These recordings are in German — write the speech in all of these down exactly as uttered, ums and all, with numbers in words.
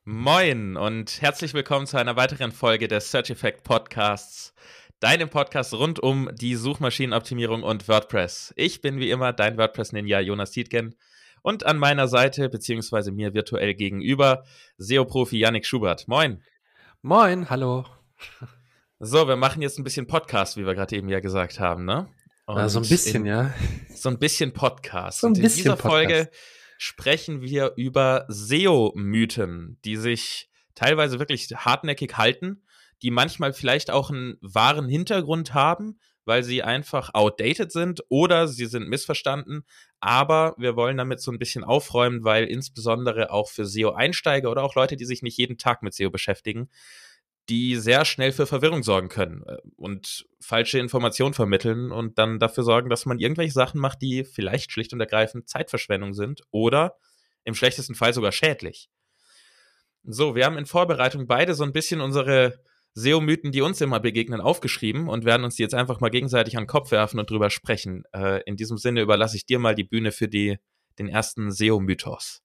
Moin und herzlich willkommen zu einer weiteren Folge des Search Effect Podcasts, deinem Podcast rund um die Suchmaschinenoptimierung und WordPress. Ich bin wie immer dein WordPress-Ninja Jonas Tietgen und an meiner Seite, beziehungsweise mir virtuell gegenüber, S E O-Profi Yannick Schubert. Moin. Moin, hallo. So, wir machen jetzt ein bisschen Podcast, wie wir gerade eben ja gesagt haben, ne? Und ja, so ein bisschen, in, ja. So ein bisschen Podcast. So ein und in bisschen dieser Podcast. Folge sprechen wir über S E O-Mythen, die sich teilweise wirklich hartnäckig halten, die manchmal vielleicht auch einen wahren Hintergrund haben, weil sie einfach outdated sind oder sie sind missverstanden. Aber wir wollen damit so ein bisschen aufräumen, weil insbesondere auch für S E O-Einsteiger oder auch Leute, die sich nicht jeden Tag mit S E O beschäftigen, die sehr schnell für Verwirrung sorgen können und falsche Informationen vermitteln und dann dafür sorgen, dass man irgendwelche Sachen macht, die vielleicht schlicht und ergreifend Zeitverschwendung sind oder im schlechtesten Fall sogar schädlich. So, wir haben in Vorbereitung beide so ein bisschen unsere S E O-Mythen, die uns immer begegnen, aufgeschrieben und werden uns die jetzt einfach mal gegenseitig an den Kopf werfen und drüber sprechen. Äh, in diesem Sinne überlasse ich dir mal die Bühne für die, den ersten S E O-Mythos.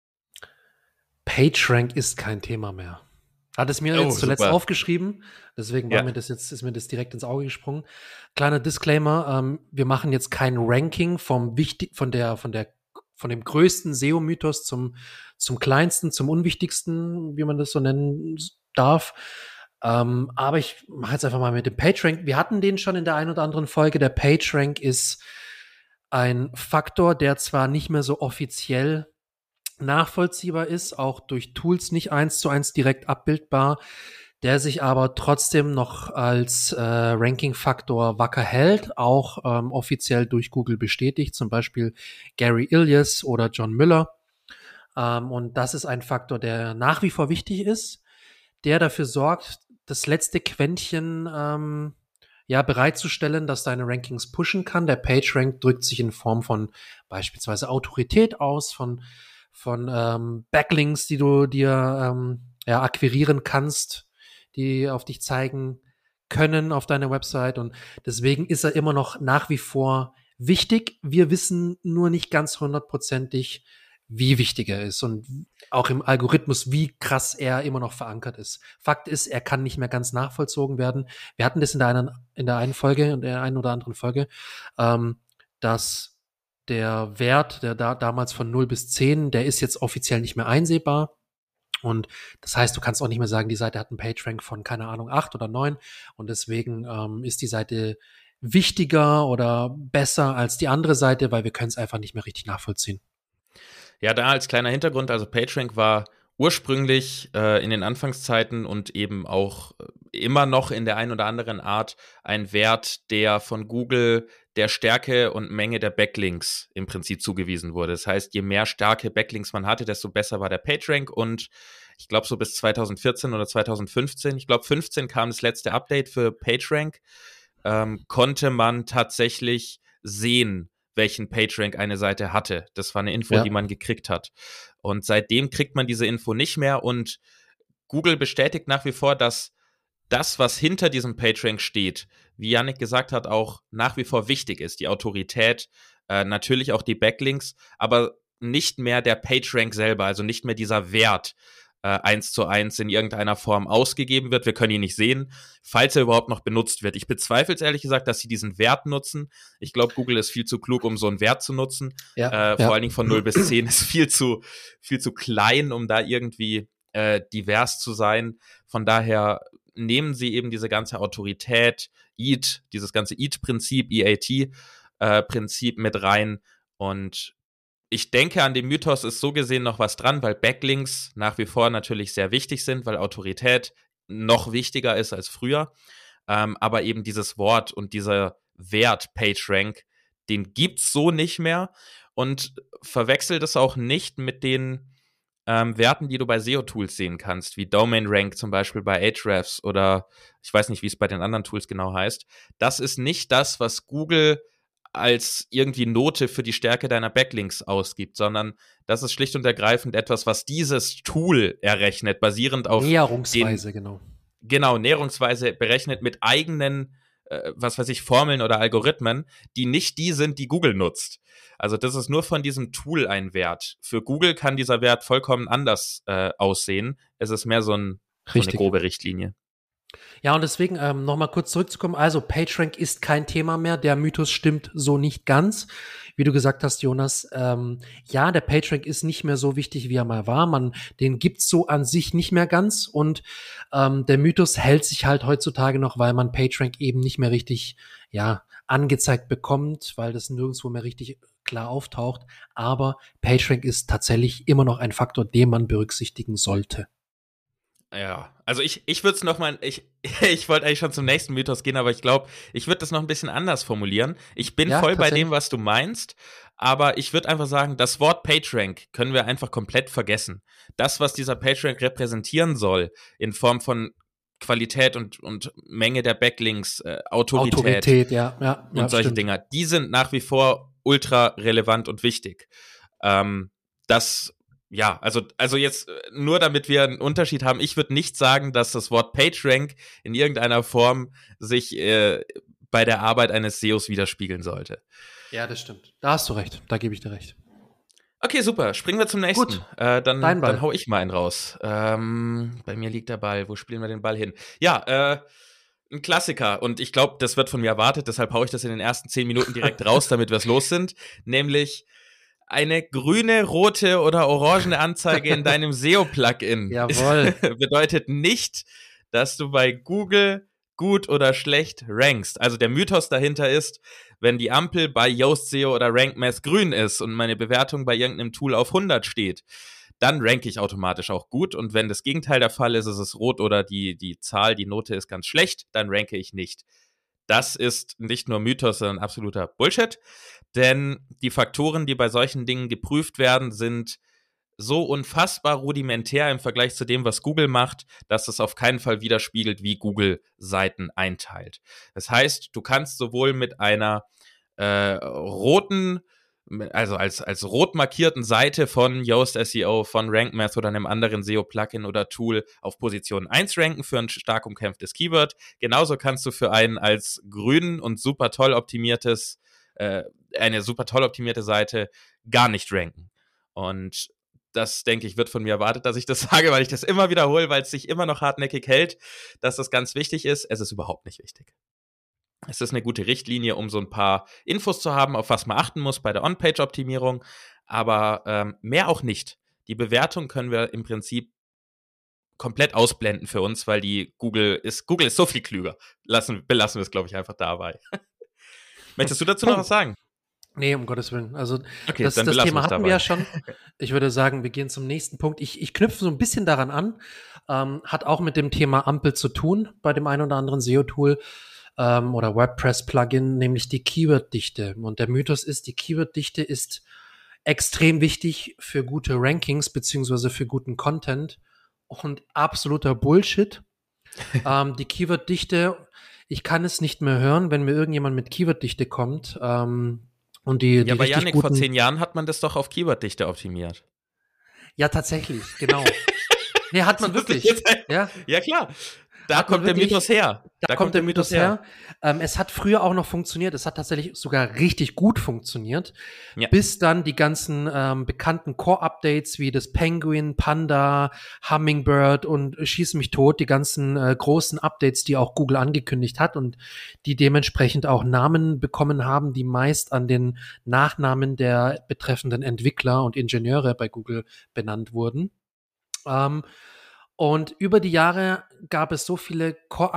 PageRank ist kein Thema mehr. Hat es mir oh, jetzt zuletzt super. aufgeschrieben, deswegen war ja. mir das jetzt, ist mir das direkt ins Auge gesprungen. Kleiner Disclaimer, ähm, wir machen jetzt kein Ranking vom wichtig, von der, von der, von dem größten S E O-Mythos zum, zum kleinsten, zum unwichtigsten, wie man das so nennen darf. Ähm, aber ich mache jetzt einfach mal mit dem PageRank. Wir hatten den schon in der einen oder anderen Folge. Der PageRank ist ein Faktor, der zwar nicht mehr so offiziell nachvollziehbar ist, auch durch Tools nicht eins zu eins direkt abbildbar, der sich aber trotzdem noch als äh, Ranking-Faktor wacker hält, auch ähm, offiziell durch Google bestätigt, zum Beispiel Gary Illyes oder John Müller. Ähm, und das ist ein Faktor, der nach wie vor wichtig ist, der dafür sorgt, das letzte Quäntchen ähm, ja, bereitzustellen, dass deine Rankings pushen kann. Der PageRank drückt sich in Form von beispielsweise Autorität aus, von von ähm, Backlinks, die du dir ähm, ja, akquirieren kannst, die auf dich zeigen können auf deiner Website. Und deswegen ist er immer noch nach wie vor wichtig. Wir wissen nur nicht ganz hundertprozentig, wie wichtig er ist und auch im Algorithmus, wie krass er immer noch verankert ist. Fakt ist, er kann nicht mehr ganz nachvollzogen werden. Wir hatten das in der einen, in der einen Folge, in der einen oder anderen Folge, ähm, dass der Wert, der da damals von null bis zehn, der ist jetzt offiziell nicht mehr einsehbar. Und das heißt, du kannst auch nicht mehr sagen, die Seite hat einen PageRank von, keine Ahnung, acht oder neun. Und deswegen ähm, ist die Seite wichtiger oder besser als die andere Seite, weil wir können es einfach nicht mehr richtig nachvollziehen. Ja, da als kleiner Hintergrund, also PageRank war ursprünglich äh, in den Anfangszeiten und eben auch äh, immer noch in der einen oder anderen Art ein Wert, der von Google der Stärke und Menge der Backlinks im Prinzip zugewiesen wurde. Das heißt, je mehr starke Backlinks man hatte, desto besser war der PageRank und ich glaube so bis zwanzig vierzehn oder zwanzig fünfzehn, ich glaube fünfzehn kam das letzte Update für PageRank, ähm, konnte man tatsächlich sehen, welchen PageRank eine Seite hatte. Das war eine Info, ja. die man gekriegt hat. Und seitdem kriegt man diese Info nicht mehr und Google bestätigt nach wie vor, dass das, was hinter diesem PageRank steht, wie Yannick gesagt hat, auch nach wie vor wichtig ist. Die Autorität, äh, natürlich auch die Backlinks, aber nicht mehr der PageRank selber, also nicht mehr dieser Wert äh, eins zu eins in irgendeiner Form ausgegeben wird. Wir können ihn nicht sehen, falls er überhaupt noch benutzt wird. Ich bezweifle es ehrlich gesagt, dass sie diesen Wert nutzen. Ich glaube, Google ist viel zu klug, um so einen Wert zu nutzen. Ja, äh, ja. Vor allen Dingen von null bis zehn ist viel zu, viel zu klein, um da irgendwie äh, divers zu sein. Von daher nehmen sie eben diese ganze Autorität, E A T, dieses ganze E A T-Prinzip, E A T-Prinzip äh, mit rein. Und ich denke, an dem Mythos ist so gesehen noch was dran, weil Backlinks nach wie vor natürlich sehr wichtig sind, weil Autorität noch wichtiger ist als früher. Ähm, aber eben dieses Wort und dieser Wert PageRank, den gibt's so nicht mehr. Und verwechselt es auch nicht mit den Ähm, Werten, die du bei S E O-Tools sehen kannst, wie Domain Rank zum Beispiel bei Ahrefs oder ich weiß nicht, wie es bei den anderen Tools genau heißt. Das ist nicht das, was Google als irgendwie Note für die Stärke deiner Backlinks ausgibt, sondern das ist schlicht und ergreifend etwas, was dieses Tool errechnet, basierend auf Näherungsweise, den, genau. Genau, näherungsweise berechnet mit eigenen äh, was weiß ich, Formeln oder Algorithmen, die nicht die sind, die Google nutzt. Also das ist nur von diesem Tool ein Wert. Für Google kann dieser Wert vollkommen anders äh, aussehen. Es ist mehr so, ein, so eine grobe Richtlinie. Ja, und deswegen ähm, nochmal kurz zurückzukommen. Also PageRank ist kein Thema mehr. Der Mythos stimmt so nicht ganz. Wie du gesagt hast, Jonas, ähm, ja, der PageRank ist nicht mehr so wichtig, wie er mal war. Man, den gibt's so an sich nicht mehr ganz. Und ähm, der Mythos hält sich halt heutzutage noch, weil man PageRank eben nicht mehr richtig, ja, angezeigt bekommt, weil das nirgendwo mehr richtig klar auftaucht. Aber PageRank ist tatsächlich immer noch ein Faktor, den man berücksichtigen sollte. Ja, also ich, ich würde es noch mal, ich, ich wollte eigentlich schon zum nächsten Mythos gehen, aber ich glaube, ich würde das noch ein bisschen anders formulieren. Ich bin ja, voll bei dem, was du meinst, aber ich würde einfach sagen, das Wort PageRank können wir einfach komplett vergessen. Das, was dieser PageRank repräsentieren soll, in Form von Qualität und, und Menge der Backlinks, äh, Autorität, Autorität ja, ja, und ja, solche stimmt. Dinger, die sind nach wie vor ultra relevant und wichtig. Ähm, das Ja, also, also jetzt nur damit wir einen Unterschied haben, ich würde nicht sagen, dass das Wort PageRank in irgendeiner Form sich äh, bei der Arbeit eines S E Os widerspiegeln sollte. Ja, das stimmt. Da hast du recht, da gebe ich dir recht. Okay, super. Springen wir zum nächsten. Gut, äh, dann, dein Ball. dann hau ich mal einen raus. Ähm, bei mir liegt der Ball. Wo spielen wir den Ball hin? Ja, äh, ein Klassiker. Und ich glaube, das wird von mir erwartet. Deshalb hau ich das in den ersten zehn Minuten direkt raus, damit wir es los sind. Nämlich eine grüne, rote oder orangene Anzeige in deinem S E O-Plugin Jawohl. bedeutet nicht, dass du bei Google gut oder schlecht rankst. Also der Mythos dahinter ist, wenn die Ampel bei Yoast S E O oder RankMath grün ist und meine Bewertung bei irgendeinem Tool auf hundert steht, dann ranke ich automatisch auch gut. Und wenn das Gegenteil der Fall ist, ist es rot oder die, die Zahl, die Note ist ganz schlecht, dann ranke ich nicht. Das ist nicht nur Mythos, sondern absoluter Bullshit. Denn die Faktoren, die bei solchen Dingen geprüft werden, sind so unfassbar rudimentär im Vergleich zu dem, was Google macht, dass es auf keinen Fall widerspiegelt, wie Google Seiten einteilt. Das heißt, du kannst sowohl mit einer äh, roten, also als, als rot markierten Seite von Yoast S E O, von RankMath oder einem anderen S E O-Plugin oder Tool auf Position eins ranken für ein stark umkämpftes Keyword. Genauso kannst du für ein als grün und super toll optimiertes äh, eine super toll optimierte Seite gar nicht ranken. Und das, denke ich, wird von mir erwartet, dass ich das sage, weil ich das immer wiederhole, weil es sich immer noch hartnäckig hält, dass das ganz wichtig ist. Es ist überhaupt nicht wichtig. Es ist eine gute Richtlinie, um so ein paar Infos zu haben, auf was man achten muss bei der On-Page-Optimierung, aber ähm, mehr auch nicht. Die Bewertung können wir im Prinzip komplett ausblenden für uns, weil die Google ist, Google ist so viel klüger. Lassen, belassen wir es, glaube ich, einfach dabei. Möchtest du dazu noch was sagen? Nee, um Gottes Willen. Also okay, das, das Thema hatten dabei. wir ja schon. Ich würde sagen, wir gehen zum nächsten Punkt. Ich, ich knüpfe so ein bisschen daran an. Ähm, hat auch mit dem Thema Ampel zu tun bei dem einen oder anderen S E O-Tool ähm, oder WordPress-Plugin, nämlich die Keyword-Dichte. Und der Mythos ist, die Keyword-Dichte ist extrem wichtig für gute Rankings beziehungsweise für guten Content und absoluter Bullshit. ähm, die Keyword-Dichte, ich kann es nicht mehr hören, wenn mir irgendjemand mit Keyword-Dichte kommt. Ähm, Und die, ja, die bei Yannick guten... vor zehn Jahren hat man das doch auf Keyword-Dichte optimiert. Ja, tatsächlich, genau. Nee, hat man wirklich. Ja? ja, klar. Da kommt wirklich, der Mythos her. Da, da kommt der Mythos her. her. Ähm, es hat früher auch noch funktioniert. Es hat tatsächlich sogar richtig gut funktioniert. Ja. Bis dann die ganzen ähm, bekannten Core-Updates wie das Penguin, Panda, Hummingbird und Schieß mich tot, die ganzen äh, großen Updates, die auch Google angekündigt hat und die dementsprechend auch Namen bekommen haben, die meist an den Nachnamen der betreffenden Entwickler und Ingenieure bei Google benannt wurden. Ähm, Und über die Jahre gab es so viele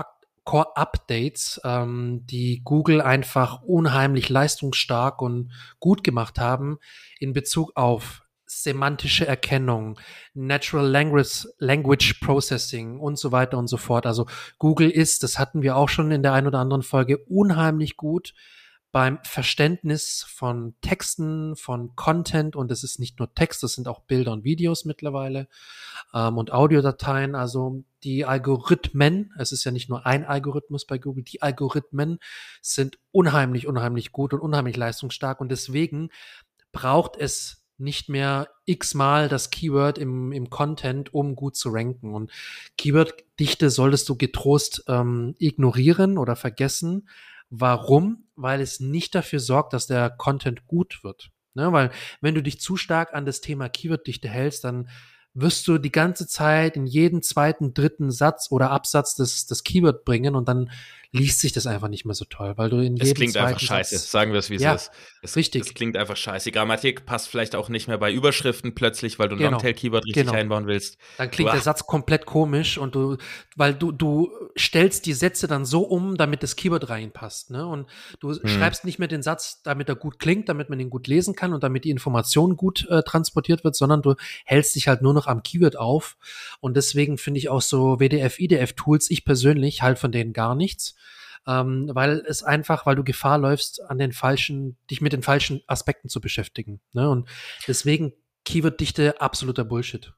Core-Updates, ähm, die Google einfach unheimlich leistungsstark und gut gemacht haben in Bezug auf semantische Erkennung, Natural Language, Language Processing und so weiter und so fort. Also Google ist, das hatten wir auch schon in der einen oder anderen Folge, unheimlich gut beim Verständnis von Texten, von Content, und es ist nicht nur Text, das sind auch Bilder und Videos mittlerweile ähm, und Audiodateien, also die Algorithmen, es ist ja nicht nur ein Algorithmus bei Google, die Algorithmen sind unheimlich, unheimlich gut und unheimlich leistungsstark und deswegen braucht es nicht mehr x-mal das Keyword im, im Content, um gut zu ranken. Und Keyword-Dichte solltest du getrost ähm, ignorieren oder vergessen, Warum? Weil es nicht dafür sorgt, dass der Content gut wird. Ne? Weil wenn du dich zu stark an das Thema Keyworddichte hältst, dann wirst du die ganze Zeit in jeden zweiten, dritten Satz oder Absatz das, das Keyword bringen und dann liest sich das einfach nicht mehr so toll, weil du in jedem Es klingt zweiten einfach scheiße, Satz, sagen wir es, wie ja, es ist. Es, richtig. es klingt einfach scheiße. Die Grammatik passt vielleicht auch nicht mehr bei Überschriften plötzlich, weil du ein Genau. Longtail-Keyword richtig Genau. einbauen willst. Dann klingt Du, der ach, Satz komplett komisch und du, weil du, du stellst die Sätze dann so um, damit das Keyword reinpasst, ne? Und du Hm. schreibst nicht mehr den Satz, damit er gut klingt, damit man ihn gut lesen kann und damit die Information gut äh, transportiert wird, sondern du hältst dich halt nur noch am Keyword auf. Und deswegen finde ich auch so W D F, I D F-Tools, ich persönlich halt von denen gar nichts. Ähm, weil es einfach, weil du Gefahr läufst, an den falschen, dich mit den falschen Aspekten zu beschäftigen, ne? Und deswegen Keyworddichte absoluter Bullshit.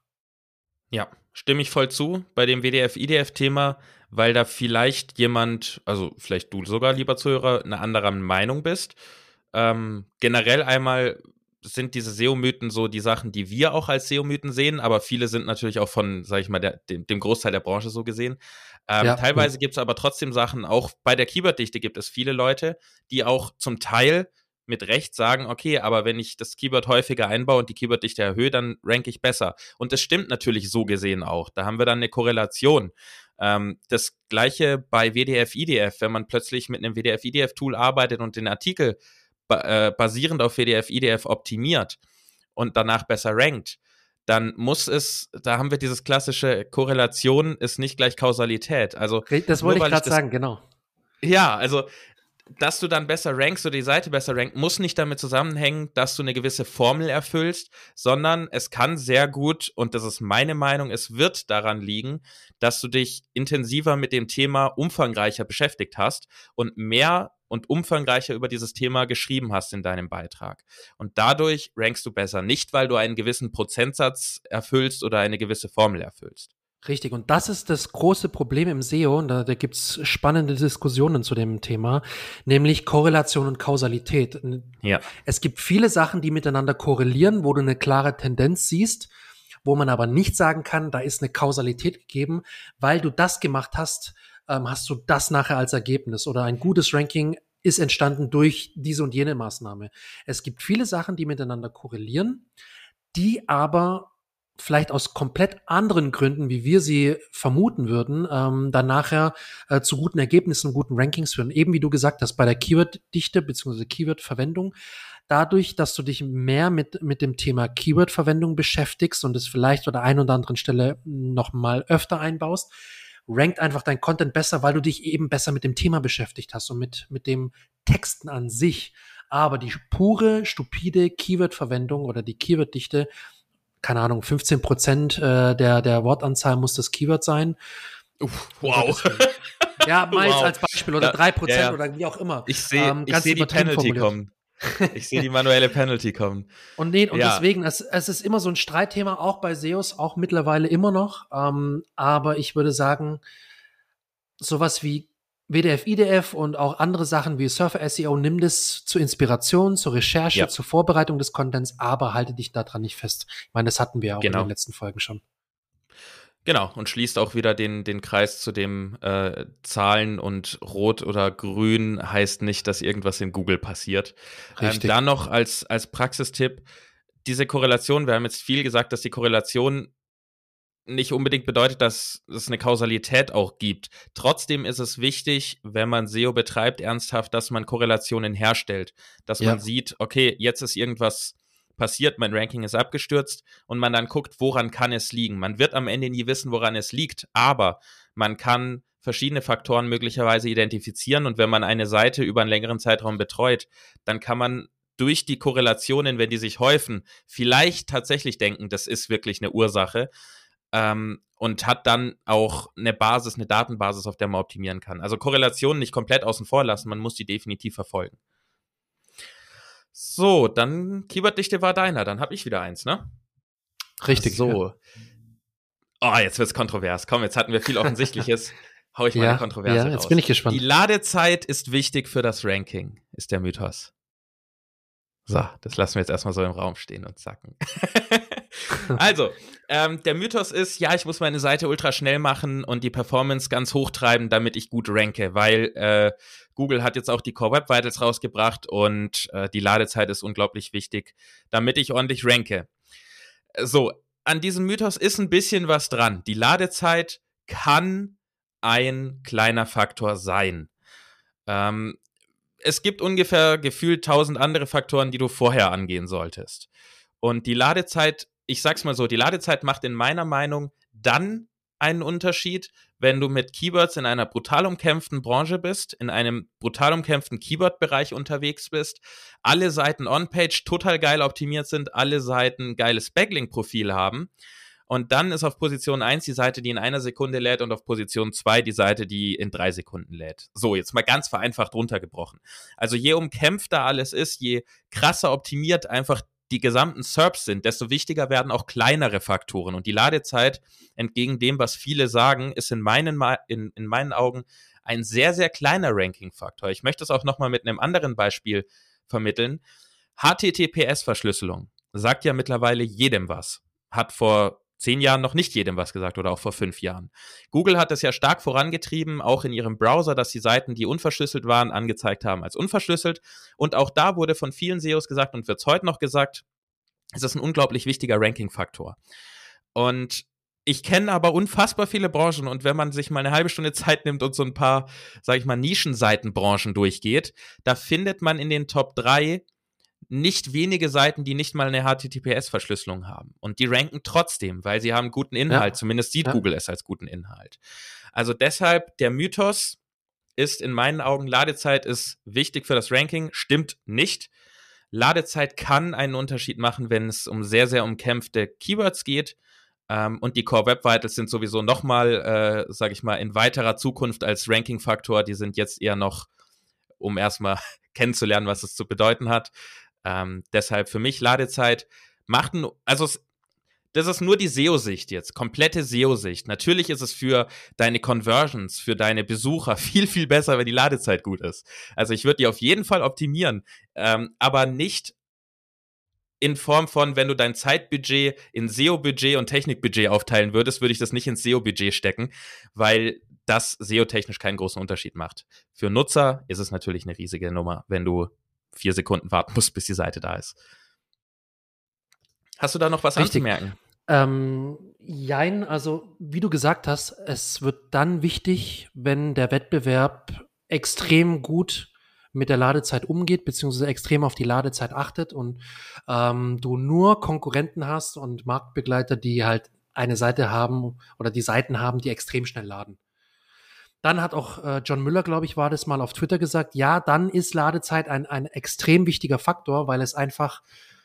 Ja, stimme ich voll zu bei dem W D F-I D F-Thema, weil da vielleicht jemand, also vielleicht du sogar, lieber Zuhörer, eine andere Meinung bist. Ähm, generell einmal sind diese S E O-Mythen so die Sachen, die wir auch als S E O-Mythen sehen, aber viele sind natürlich auch von, sag ich mal, der, dem, dem Großteil der Branche so gesehen. Ähm, Ja, teilweise ja. gibt es aber trotzdem Sachen, auch bei der Keyworddichte gibt es viele Leute, die auch zum Teil mit Recht sagen, okay, aber wenn ich das Keyword häufiger einbaue und die Keyworddichte erhöhe, dann ranke ich besser. Und das stimmt natürlich so gesehen auch. Da haben wir dann eine Korrelation. Ähm, das gleiche bei W D F-I D F, wenn man plötzlich mit einem W D F-I D F-Tool arbeitet und den Artikel ba- äh, basierend auf W D F-I D F optimiert und danach besser rankt, dann muss es, da haben wir dieses klassische Korrelation ist nicht gleich Kausalität. Also Das nur wollte ich weil ich gerade das, sagen, genau. ja, also dass du dann besser rankst oder die Seite besser rankt, muss nicht damit zusammenhängen, dass du eine gewisse Formel erfüllst, sondern es kann sehr gut, und das ist meine Meinung, es wird daran liegen, dass du dich intensiver mit dem Thema umfangreicher beschäftigt hast und mehr und umfangreicher über dieses Thema geschrieben hast in deinem Beitrag. Und dadurch rankst du besser, nicht weil du einen gewissen Prozentsatz erfüllst oder eine gewisse Formel erfüllst. Richtig, und das ist das große Problem im S E O, und da, da gibt's spannende Diskussionen zu dem Thema, nämlich Korrelation und Kausalität. Ja. Es gibt viele Sachen, die miteinander korrelieren, wo du eine klare Tendenz siehst, wo man aber nicht sagen kann, da ist eine Kausalität gegeben, weil du das gemacht hast, ähm, hast du das nachher als Ergebnis, oder ein gutes Ranking ist entstanden durch diese und jene Maßnahme. Es gibt viele Sachen, die miteinander korrelieren, die aber vielleicht aus komplett anderen Gründen, wie wir sie vermuten würden, ähm, dann nachher äh, zu guten Ergebnissen, guten Rankings führen. Eben wie du gesagt hast, bei der Keyword-Dichte bzw. Keyword-Verwendung, dadurch, dass du dich mehr mit, mit dem Thema Keyword-Verwendung beschäftigst und es vielleicht an der einen oder anderen Stelle noch mal öfter einbaust, rankt einfach dein Content besser, weil du dich eben besser mit dem Thema beschäftigt hast und mit, mit dem Texten an sich. Aber die pure, stupide Keyword-Verwendung oder die Keyword-Dichte, keine Ahnung, fünfzehn Prozent äh, der, der Wortanzahl muss das Keyword sein. Uff, wow. Ja, mal wow. als Beispiel, oder drei Prozent ja, ja. oder wie auch immer. Ich sehe ähm, ich seh die Penalty formuliert. kommen. Ich sehe die manuelle Penalty kommen. Und, nee, und ja. deswegen, es, es ist immer so ein Streitthema, auch bei S E Os, auch mittlerweile immer noch. Ähm, aber ich würde sagen, sowas wie W D F, I D F und auch andere Sachen wie Surfer S E O, nimm das zur Inspiration, zur Recherche, ja. zur Vorbereitung des Contents, aber halte dich daran nicht fest. Ich meine, das hatten wir ja auch genau. in den letzten Folgen schon. Genau, und schließt auch wieder den, den Kreis zu dem äh, Zahlen und Rot oder Grün heißt nicht, dass irgendwas in Google passiert. Ähm, da noch als, als Praxistipp, diese Korrelation, wir haben jetzt viel gesagt, dass die Korrelation nicht unbedingt bedeutet, dass es eine Kausalität auch gibt. Trotzdem ist es wichtig, wenn man S E O betreibt, ernsthaft, dass man Korrelationen herstellt. Dass ja. man sieht, okay, jetzt ist irgendwas passiert, mein Ranking ist abgestürzt und man dann guckt, woran kann es liegen. Man wird am Ende nie wissen, woran es liegt, aber man kann verschiedene Faktoren möglicherweise identifizieren und wenn man eine Seite über einen längeren Zeitraum betreut, dann kann man durch die Korrelationen, wenn die sich häufen, vielleicht tatsächlich denken, das ist wirklich eine Ursache. Ähm, und hat dann auch eine Basis, eine Datenbasis, auf der man optimieren kann. Also Korrelationen nicht komplett außen vor lassen, man muss die definitiv verfolgen. So, dann Keyworddichte war deiner, dann habe ich wieder eins, ne? Richtig. So. Ja. Oh, jetzt wird's kontrovers. Komm, jetzt hatten wir viel Offensichtliches. Hau ich mal ja, eine Kontroverse ja, raus. Jetzt bin ich gespannt. Die Ladezeit ist wichtig für das Ranking, ist der Mythos. So, das lassen wir jetzt erstmal so im Raum stehen und sacken. Also, ähm, der Mythos ist, ja, ich muss meine Seite ultra schnell machen und die Performance ganz hoch treiben, damit ich gut ranke, weil äh, Google hat jetzt auch die Core Web Vitals rausgebracht und äh, die Ladezeit ist unglaublich wichtig, damit ich ordentlich ranke. So, an diesem Mythos ist ein bisschen was dran. Die Ladezeit kann ein kleiner Faktor sein. Ähm, es gibt ungefähr gefühlt tausend andere Faktoren, die du vorher angehen solltest. Und die Ladezeit, ich sag's mal so, die Ladezeit macht in meiner Meinung dann einen Unterschied, wenn du mit Keywords in einer brutal umkämpften Branche bist, in einem brutal umkämpften Keyword-Bereich unterwegs bist, alle Seiten on-page total geil optimiert sind, alle Seiten geiles Backlink-Profil haben. Und dann ist auf Position eins die Seite, die in einer Sekunde lädt und auf Position zwei die Seite, die in drei Sekunden lädt. So, jetzt mal ganz vereinfacht runtergebrochen. Also je umkämpfter alles ist, je krasser optimiert einfach die gesamten S E R Ps sind, desto wichtiger werden auch kleinere Faktoren. Und die Ladezeit, entgegen dem, was viele sagen, ist in meinen, in, in meinen Augen ein sehr, sehr kleiner Ranking-Faktor. Ich möchte es auch nochmal mit einem anderen Beispiel vermitteln. H T T P S-Verschlüsselung sagt ja mittlerweile jedem was. Hat vor zehn Jahren noch nicht jedem was gesagt oder auch vor fünf Jahren. Google hat es ja stark vorangetrieben, auch in ihrem Browser, dass die Seiten, die unverschlüsselt waren, angezeigt haben als unverschlüsselt. Und auch da wurde von vielen S E Os gesagt und wird es heute noch gesagt, es ist ein unglaublich wichtiger Ranking-Faktor. Und ich kenne aber unfassbar viele Branchen und wenn man sich mal eine halbe Stunde Zeit nimmt und so ein paar, sag ich mal, Nischenseitenbranchen durchgeht, da findet man in den Top drei nicht wenige Seiten, die nicht mal eine H T T P S-Verschlüsselung haben. Und die ranken trotzdem, weil sie haben guten Inhalt. Ja. Zumindest sieht ja. Google es als guten Inhalt. Also deshalb, der Mythos ist in meinen Augen, Ladezeit ist wichtig für das Ranking. Stimmt nicht. Ladezeit kann einen Unterschied machen, wenn es um sehr, sehr umkämpfte Keywords geht. Ähm, und die Core Web Vitals sind sowieso nochmal, äh, sage ich mal, in weiterer Zukunft als Ranking-Faktor. Die sind jetzt eher noch, um erstmal kennenzulernen, was es zu bedeuten hat. Ähm, deshalb für mich Ladezeit macht ein, also es, das ist nur die S E O-Sicht jetzt, komplette S E O-Sicht. Natürlich ist es für deine Conversions, für deine Besucher viel, viel besser, wenn die Ladezeit gut ist. Also ich würde die auf jeden Fall optimieren, ähm, aber nicht in Form von, wenn du dein Zeitbudget in S E O-Budget und Technikbudget aufteilen würdest, würde ich das nicht ins S E O-Budget stecken, weil das S E O-technisch keinen großen Unterschied macht. Für Nutzer ist es natürlich eine riesige Nummer, wenn du vier Sekunden warten musst, bis die Seite da ist. Hast du da noch was Richtig. anzumerken? Ähm, jein, also wie du gesagt hast, es wird dann wichtig, wenn der Wettbewerb extrem gut mit der Ladezeit umgeht, beziehungsweise extrem auf die Ladezeit achtet und ähm, du nur Konkurrenten hast und Marktbegleiter, die halt eine Seite haben oder die Seiten haben, die extrem schnell laden. Dann hat auch äh, John Müller, glaube ich, war das mal auf Twitter gesagt, ja, dann ist Ladezeit ein, ein extrem wichtiger Faktor, weil es einfach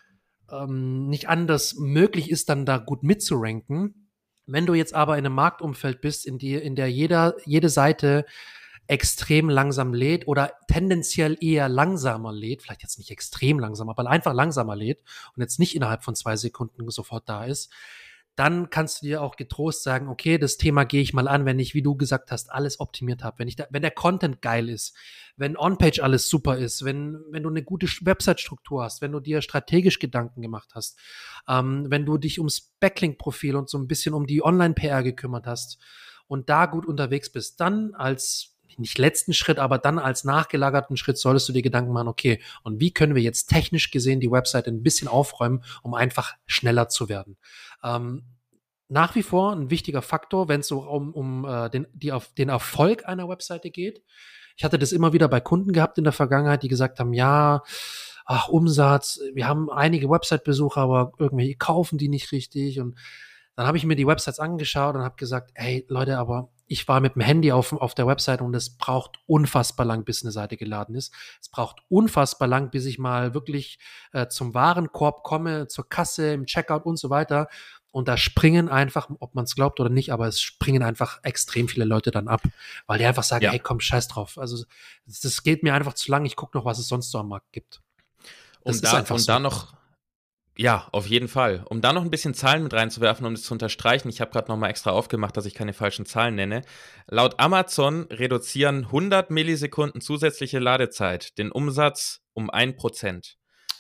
ähm, nicht anders möglich ist, dann da gut mitzuranken. Wenn du jetzt aber in einem Marktumfeld bist, in, die, in der jeder, jede Seite extrem langsam lädt oder tendenziell eher langsamer lädt, vielleicht jetzt nicht extrem langsam, aber einfach langsamer lädt und jetzt nicht innerhalb von zwei Sekunden sofort da ist, dann kannst du dir auch getrost sagen, okay, das Thema gehe ich mal an, wenn ich, wie du gesagt hast, alles optimiert habe, wenn ich da, wenn der Content geil ist, wenn On-Page alles super ist, wenn, wenn du eine gute Website-Struktur hast, wenn du dir strategisch Gedanken gemacht hast, ähm, wenn du dich ums Backlink-Profil und so ein bisschen um die Online-P R gekümmert hast und da gut unterwegs bist, dann als nicht letzten Schritt, aber dann als nachgelagerten Schritt solltest du dir Gedanken machen, okay, und wie können wir jetzt technisch gesehen die Website ein bisschen aufräumen, um einfach schneller zu werden. Ähm, nach wie vor ein wichtiger Faktor, wenn es so um, um äh, den, die auf den Erfolg einer Webseite geht. Ich hatte das immer wieder bei Kunden gehabt in der Vergangenheit, die gesagt haben, ja, ach, Umsatz, wir haben einige Website-Besucher, aber irgendwie kaufen die nicht richtig. Und dann habe ich mir die Websites angeschaut und habe gesagt, hey Leute, aber ich war mit dem Handy auf, auf der Website und es braucht unfassbar lang, bis eine Seite geladen ist. Es braucht unfassbar lang, bis ich mal wirklich äh, zum Warenkorb komme, zur Kasse, im Checkout und so weiter. Und da springen einfach, ob man es glaubt oder nicht, aber es springen einfach extrem viele Leute dann ab, weil die einfach sagen, ja. Hey, komm, scheiß drauf. Also das, das geht mir einfach zu lang, ich gucke noch, was es sonst so am Markt gibt. Das um da, um so. da noch Ja, auf jeden Fall. Um da noch ein bisschen Zahlen mit reinzuwerfen, um das zu unterstreichen, ich habe gerade noch mal extra aufgemacht, dass ich keine falschen Zahlen nenne. Laut Amazon reduzieren hundert Millisekunden zusätzliche Ladezeit den Umsatz um ein Prozent.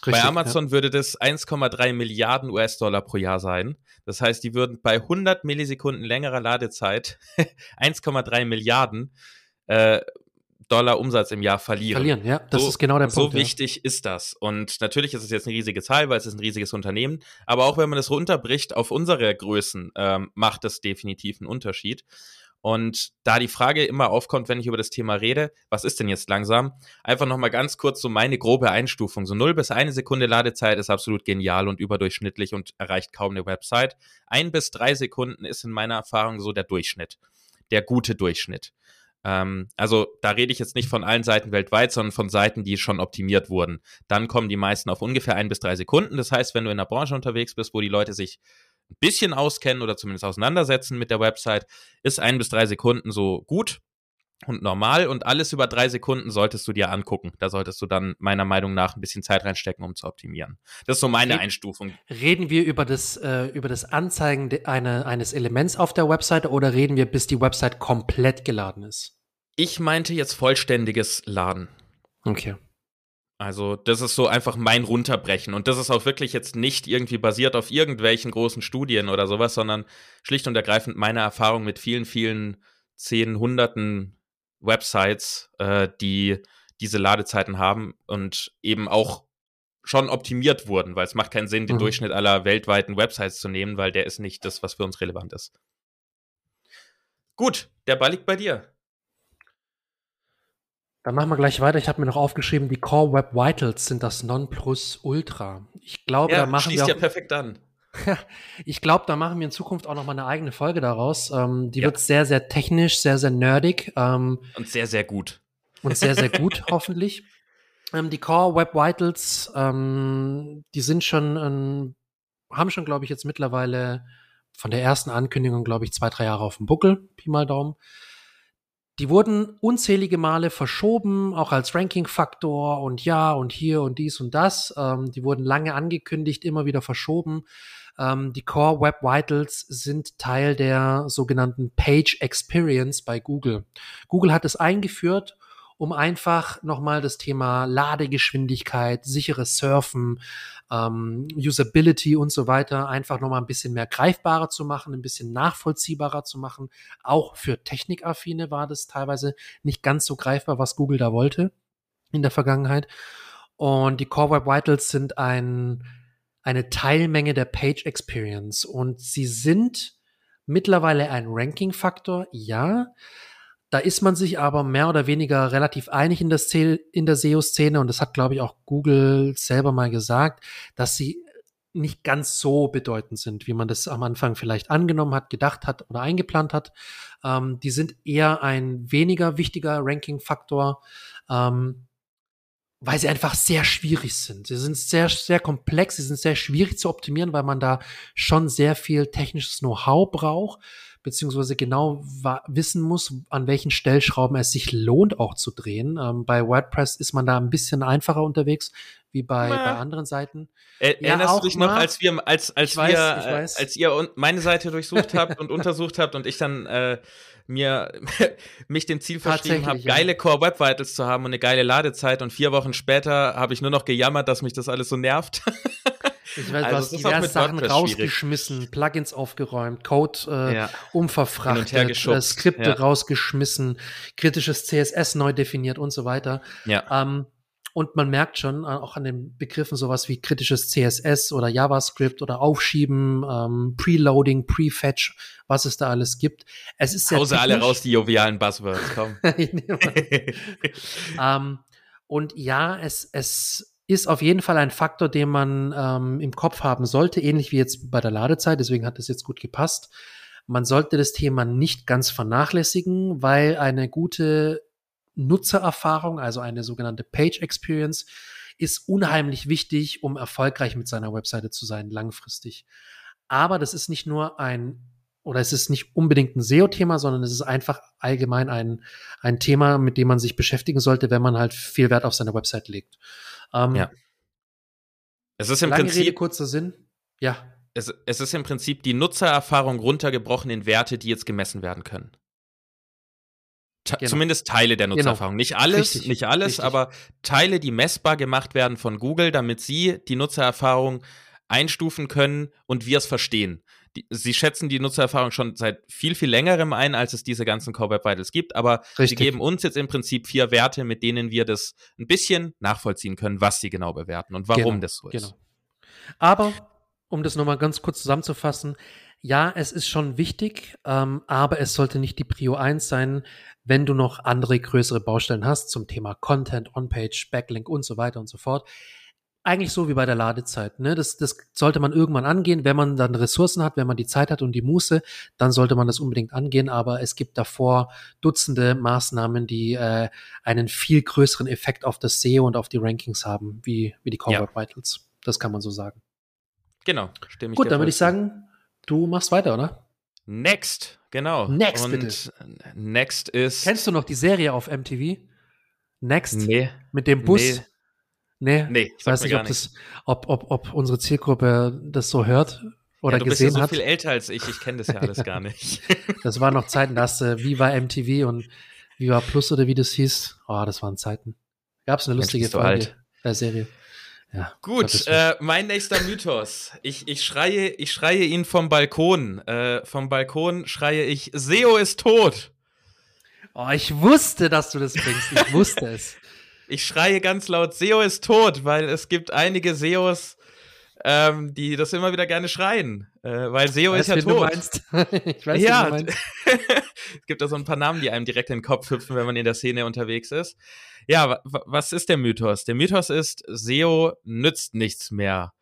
Richtig, bei Amazon ja. würde das eins Komma drei Milliarden U S-Dollar pro Jahr sein. Das heißt, die würden bei hundert Millisekunden längerer Ladezeit eins Komma drei Milliarden äh, Dollar Umsatz im Jahr verlieren. Verlieren, ja, das so, ist genau der Punkt. So wichtig ja. ist das. Und natürlich ist es jetzt eine riesige Zahl, weil es ist ein riesiges Unternehmen. Aber auch wenn man das runterbricht auf unsere Größen, ähm, macht das definitiv einen Unterschied. Und da die Frage immer aufkommt, wenn ich über das Thema rede, was ist denn jetzt langsam? Einfach nochmal ganz kurz so meine grobe Einstufung. So null bis eine Sekunde Ladezeit ist absolut genial und überdurchschnittlich und erreicht kaum eine Website. Ein bis drei Sekunden ist in meiner Erfahrung so der Durchschnitt, der gute Durchschnitt. Ähm, also da rede ich jetzt nicht von allen Seiten weltweit, sondern von Seiten, die schon optimiert wurden. Dann kommen die meisten auf ungefähr ein bis drei Sekunden. Das heißt, wenn du in einer Branche unterwegs bist, wo die Leute sich ein bisschen auskennen oder zumindest auseinandersetzen mit der Website, ist ein bis drei Sekunden so gut und normal und alles über drei Sekunden solltest du dir angucken. Da solltest du dann meiner Meinung nach ein bisschen Zeit reinstecken, um zu optimieren. Das ist so meine Red, Einstufung. Reden wir über das, äh, über das Anzeigen de, eine, eines Elements auf der Website oder reden wir, bis die Website komplett geladen ist? Ich meinte jetzt vollständiges Laden. Okay. Also das ist so einfach mein Runterbrechen. Und das ist auch wirklich jetzt nicht irgendwie basiert auf irgendwelchen großen Studien oder sowas, sondern schlicht und ergreifend meine Erfahrung mit vielen, vielen zehn, hunderten Websites, äh, die diese Ladezeiten haben und eben auch schon optimiert wurden, weil es macht keinen Sinn, den mhm. Durchschnitt aller weltweiten Websites zu nehmen, weil der ist nicht das, was für uns relevant ist. Gut, der Ball liegt bei dir. Dann machen wir gleich weiter. Ich habe mir noch aufgeschrieben, die Core Web Vitals sind das Nonplusultra. Ich glaube, ja, da machen wir auch, ja perfekt an. Ich glaube, da machen wir in Zukunft auch noch mal eine eigene Folge daraus. Ähm, die ja. wird sehr, sehr technisch, sehr, sehr nerdig. Ähm, und sehr, sehr gut. Und sehr, sehr gut, hoffentlich. Ähm, die Core Web Vitals, ähm, die sind schon, ähm, haben schon, glaube ich, jetzt mittlerweile von der ersten Ankündigung, glaube ich, zwei, drei Jahre auf dem Buckel, Pi mal Daumen. Die wurden unzählige Male verschoben, auch als Ranking-Faktor und ja und hier und dies und das. Ähm, die wurden lange angekündigt, immer wieder verschoben. Ähm, die Core Web Vitals sind Teil der sogenannten Page Experience bei Google. Google hat es eingeführt, um einfach nochmal das Thema Ladegeschwindigkeit, sicheres Surfen, ähm, Usability und so weiter einfach nochmal ein bisschen mehr greifbarer zu machen, ein bisschen nachvollziehbarer zu machen. Auch für Technikaffine war das teilweise nicht ganz so greifbar, was Google da wollte in der Vergangenheit. Und die Core Web Vitals sind ein, eine Teilmenge der Page Experience und sie sind mittlerweile ein Ranking-Faktor, ja. Da ist man sich aber mehr oder weniger relativ einig in der, in der S E O-Szene und das hat, glaube ich, auch Google selber mal gesagt, dass sie nicht ganz so bedeutend sind, wie man das am Anfang vielleicht angenommen hat, gedacht hat oder eingeplant hat. Ähm, die sind eher ein weniger wichtiger Ranking-Faktor, ähm, weil sie einfach sehr schwierig sind. Sie sind sehr, sehr komplex, sie sind sehr schwierig zu optimieren, weil man da schon sehr viel technisches Know-how braucht, beziehungsweise genau wa- wissen muss, an welchen Stellschrauben es sich lohnt, auch zu drehen. Ähm, bei WordPress ist man da ein bisschen einfacher unterwegs, wie bei, bei anderen Seiten. Er, ja, erinnerst du dich noch, als wir, als, als weiß, wir, als ihr meine Seite durchsucht habt und untersucht habt und ich dann äh, mir mich dem Ziel verschrieben habe, ja. geile Core Web Vitals zu haben und eine geile Ladezeit und vier Wochen später habe ich nur noch gejammert, dass mich das alles so nervt. Ich weiß, du hast diverse Sachen rausgeschmissen, schwierig. Plugins aufgeräumt, Code äh, ja. umverfrachtet, äh, Skripte ja. rausgeschmissen, kritisches C S S neu definiert und so weiter. Ja. Ähm, und man merkt schon, äh, auch an den Begriffen sowas wie kritisches C S S oder JavaScript oder Aufschieben, ähm, Preloading, Prefetch, was es da alles gibt. Es ist sehr Hause alle raus, die jovialen Buzzwords, komm. ähm, und ja, es, es ist auf jeden Fall ein Faktor, den man ähm, im Kopf haben sollte, ähnlich wie jetzt bei der Ladezeit, deswegen hat das jetzt gut gepasst. Man sollte das Thema nicht ganz vernachlässigen, weil eine gute Nutzererfahrung, also eine sogenannte Page Experience, ist unheimlich wichtig, um erfolgreich mit seiner Webseite zu sein, langfristig. Aber das ist nicht nur ein, oder es ist nicht unbedingt ein S E O-Thema, sondern es ist einfach allgemein ein, ein Thema, mit dem man sich beschäftigen sollte, wenn man halt viel Wert auf seine Website legt. Ähm, ja. Es ist im lange Prinzip Rede, kurzer Sinn. Ja. Es, es ist im Prinzip die Nutzererfahrung runtergebrochen in Werte, die jetzt gemessen werden können. Genau. Zumindest Teile der Nutzererfahrung. Genau. Nicht alles, richtig, nicht alles, richtig. Aber Teile, die messbar gemacht werden von Google, damit sie die Nutzererfahrung einstufen können und wir es verstehen. Die, sie schätzen die Nutzererfahrung schon seit viel, viel längerem ein, als es diese ganzen Core Web Vitals gibt, aber richtig. Sie geben uns jetzt im Prinzip vier Werte, mit denen wir das ein bisschen nachvollziehen können, was sie genau bewerten und warum genau, das so ist. Genau. Aber, um das nochmal ganz kurz zusammenzufassen, ja, es ist schon wichtig, ähm, aber es sollte nicht die Prio eins sein, wenn du noch andere größere Baustellen hast zum Thema Content, On-Page, Backlink und so weiter und so fort. Eigentlich so wie bei der Ladezeit. Ne? Das, das sollte man irgendwann angehen, wenn man dann Ressourcen hat, wenn man die Zeit hat und die Muße, dann sollte man das unbedingt angehen. Aber es gibt davor Dutzende Maßnahmen, die äh, einen viel größeren Effekt auf das S E O und auf die Rankings haben, wie, wie die Core Web Vitals. Das kann man so sagen. Genau, stimme ich Gut, dann würde ich sagen, du machst weiter, oder? Next, genau. Next, und bitte. Next ist... Kennst du noch die Serie auf M T V? Next? Nee. Mit dem Bus? Nee. Nee, nee ich weiß nicht, ob, das, ob, ob, ob unsere Zielgruppe das so hört oder ja, du gesehen bist ja so hat. viel älter als ich, ich kenne das ja alles gar nicht. Das waren noch Zeiten, da hast du Viva M T V und Viva Plus oder wie das hieß. Oh, das waren Zeiten. Gab es eine lustige Folge der Serie. Ja, gut, äh, mein nächster Mythos. Ich, ich, schreie, ich schreie ihn vom Balkon. Äh, vom Balkon schreie ich, S E O ist tot. Oh, ich wusste, dass du das bringst. Ich wusste es. Ich schreie ganz laut, S E O ist tot, weil es gibt einige S E Os, ähm, die das immer wieder gerne schreien. Äh, weil S E O ist ja tot. Du meinst. Ich weiß, ja, wie du meinst. Es gibt da so ein paar Namen, die einem direkt in den Kopf hüpfen, wenn man in der Szene unterwegs ist. Ja, w- was ist der Mythos? Der Mythos ist, S E O nützt nichts mehr.